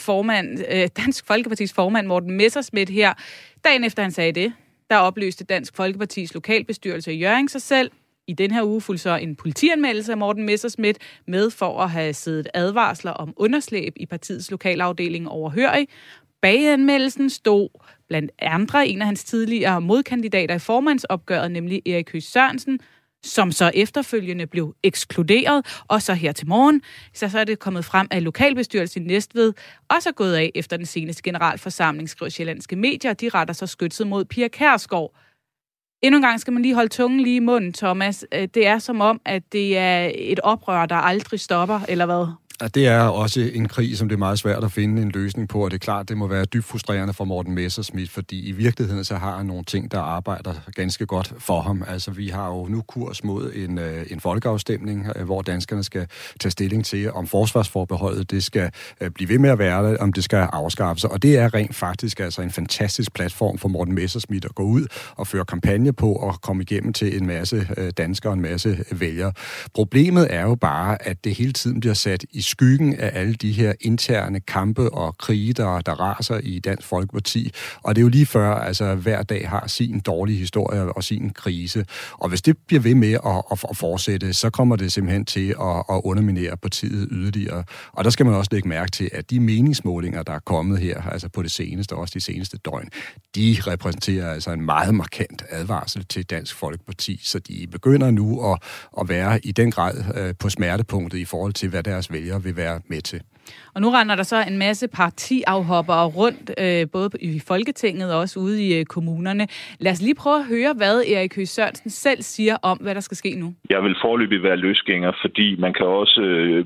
Speaker 5: Folkepartis formand Morten Messerschmidt her. Dagen efter han sagde det, der opløste Dansk Folkepartis lokalbestyrelse i Hjørring sig selv. I den her uge fulgte så en politianmeldelse af Morten Messerschmidt med for at have siddet advarsler om underslæb i partiets lokalafdeling overhørig. Bag anmeldelsen stod blandt andre en af hans tidligere modkandidater i formandsopgøret, nemlig Erik Høgh Sørensen, som så efterfølgende blev ekskluderet. Og så her til morgen, så er det kommet frem, at lokalbestyrelsen i Næstved også er gået af efter den seneste generalforsamling, skriver Sjællandske Medier. De retter så skytset mod Pia Kjærsgaard. Endnu en gang skal man lige holde tungen lige i munden, Thomas. Det er som om, at det er et oprør, der aldrig stopper, eller hvad?
Speaker 8: Ja, det er også en krig, som det er meget svært at finde en løsning på, og det er klart, det må være dybt frustrerende for Morten Messerschmidt, fordi i virkeligheden så har han nogle ting, der arbejder ganske godt for ham. Altså, vi har jo nu kurs mod en folkeafstemning, hvor danskerne skal tage stilling til, om forsvarsforbeholdet det skal blive ved med at være det, om det skal afskaffes. Og det er rent faktisk altså en fantastisk platform for Morten Messerschmidt at gå ud og føre kampagne på og komme igennem til en masse danskere og en masse vælgere. Problemet er jo bare, at det hele tiden bliver sat i skyggen af alle de her interne kampe og krige, der raser i Dansk Folkeparti. Og det er jo lige før, altså hver dag har sin dårlige historie og sin krise. Og hvis det bliver ved med at fortsætte, så kommer det simpelthen til at underminere partiet yderligere. Og der skal man også lægge mærke til, at de meningsmålinger, der er kommet her, altså på det seneste, også de seneste døgn, de repræsenterer altså en meget markant advarsel til Dansk Folkeparti. Så de begynder nu at være i den grad på smertepunktet i forhold til, hvad deres vælgere vil være med til.
Speaker 5: Og nu render der så en masse partiafhoppere rundt, både i Folketinget og også ude i kommunerne. Lad os lige prøve at høre, hvad Erik Høgh Sørensen selv siger om, hvad der skal ske nu.
Speaker 18: Jeg vil foreløbig være løsgænger, fordi man kan også,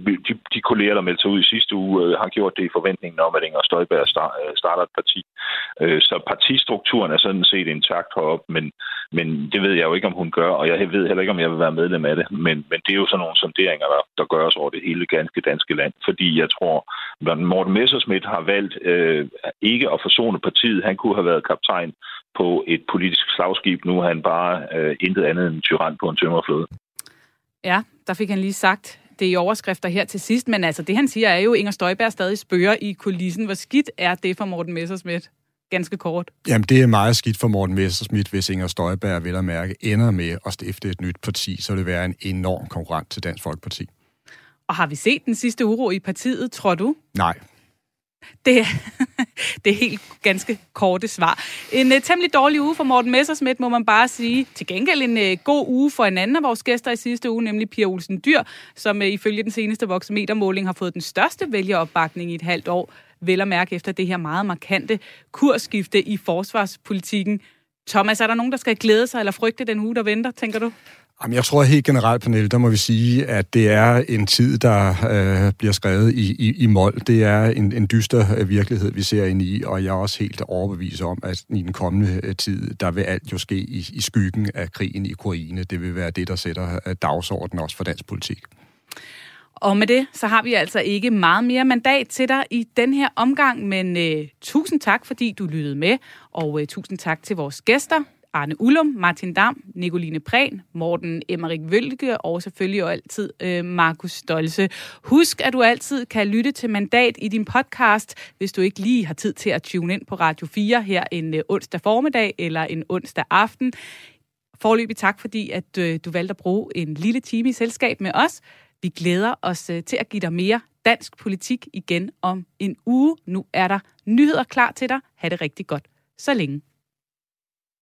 Speaker 18: de kolleger, der meldte sig ud i sidste uge, har gjort det i forventningen om, at Inger Støjberg starter et parti. Så partistrukturen er sådan set intakt heroppe, men det ved jeg jo ikke, om hun gør, og jeg ved heller ikke, om jeg vil være medlem af det. Men det er jo sådan nogle sonderinger, der gøres over det hele ganske danske land, fordi jeg tror, Morten Messerschmidt har valgt ikke at forsone partiet. Han kunne have været kaptajn på et politisk slagskib. Nu er han bare intet andet end en tyran på en tømmerflåde.
Speaker 5: Ja, der fik han lige sagt det i overskrifter her til sidst, men altså det han siger er jo, Inger Støjberg stadig spørger i kulissen. Hvor skidt er det for Morten Messerschmidt? Ganske kort. Jamen,
Speaker 8: det er meget skidt for Morten Messerschmidt, hvis Inger Støjberg vil at mærke ender med at stifte et nyt parti, så vil det være en enorm konkurrent til Dansk Folkeparti.
Speaker 5: Og har vi set den sidste uro i partiet, tror du?
Speaker 8: Nej.
Speaker 5: Det er helt ganske korte svar. En temmelig dårlig uge for Morten Messerschmidt, må man bare sige. Til gengæld en god uge for en anden af vores gæster i sidste uge, nemlig Pia Olsen Dyhr, som ifølge den seneste Voxmeter-måling har fået den største vælgeropbakning i et halvt år. Vel at mærke efter det her meget markante kursskifte i forsvarspolitikken. Thomas, er der nogen, der skal glæde sig eller frygte den uge, der venter, tænker du?
Speaker 8: Jamen, jeg tror helt generelt, Pernille, der må vi sige, at det er en tid, der bliver skrevet i mol. Det er en dyster virkelighed, vi ser ind i, og jeg er også helt overbevist om, at i den kommende tid, der vil alt jo ske i skyggen af krigen i Ukraine. Det vil være det, der sætter dagsordenen også for dansk politik.
Speaker 5: Og med det, så har vi altså ikke meget mere mandat til dig i den her omgang, men tusind tak, fordi du lyttede med, og tusind tak til vores gæster, Arne Ullum, Martin Damm, Nicoline Prehn, Morten Emmerik Vølke og selvfølgelig og altid Markus Stolze. Husk, at du altid kan lytte til Mandat i din podcast, hvis du ikke lige har tid til at tune ind på Radio 4 her en onsdag formiddag eller en onsdag aften. Foreløbig tak, fordi at du valgte at bruge en lille time i selskab med os. Vi glæder os til at give dig mere dansk politik igen om en uge. Nu er der nyheder klar til dig. Ha' det rigtig godt så længe.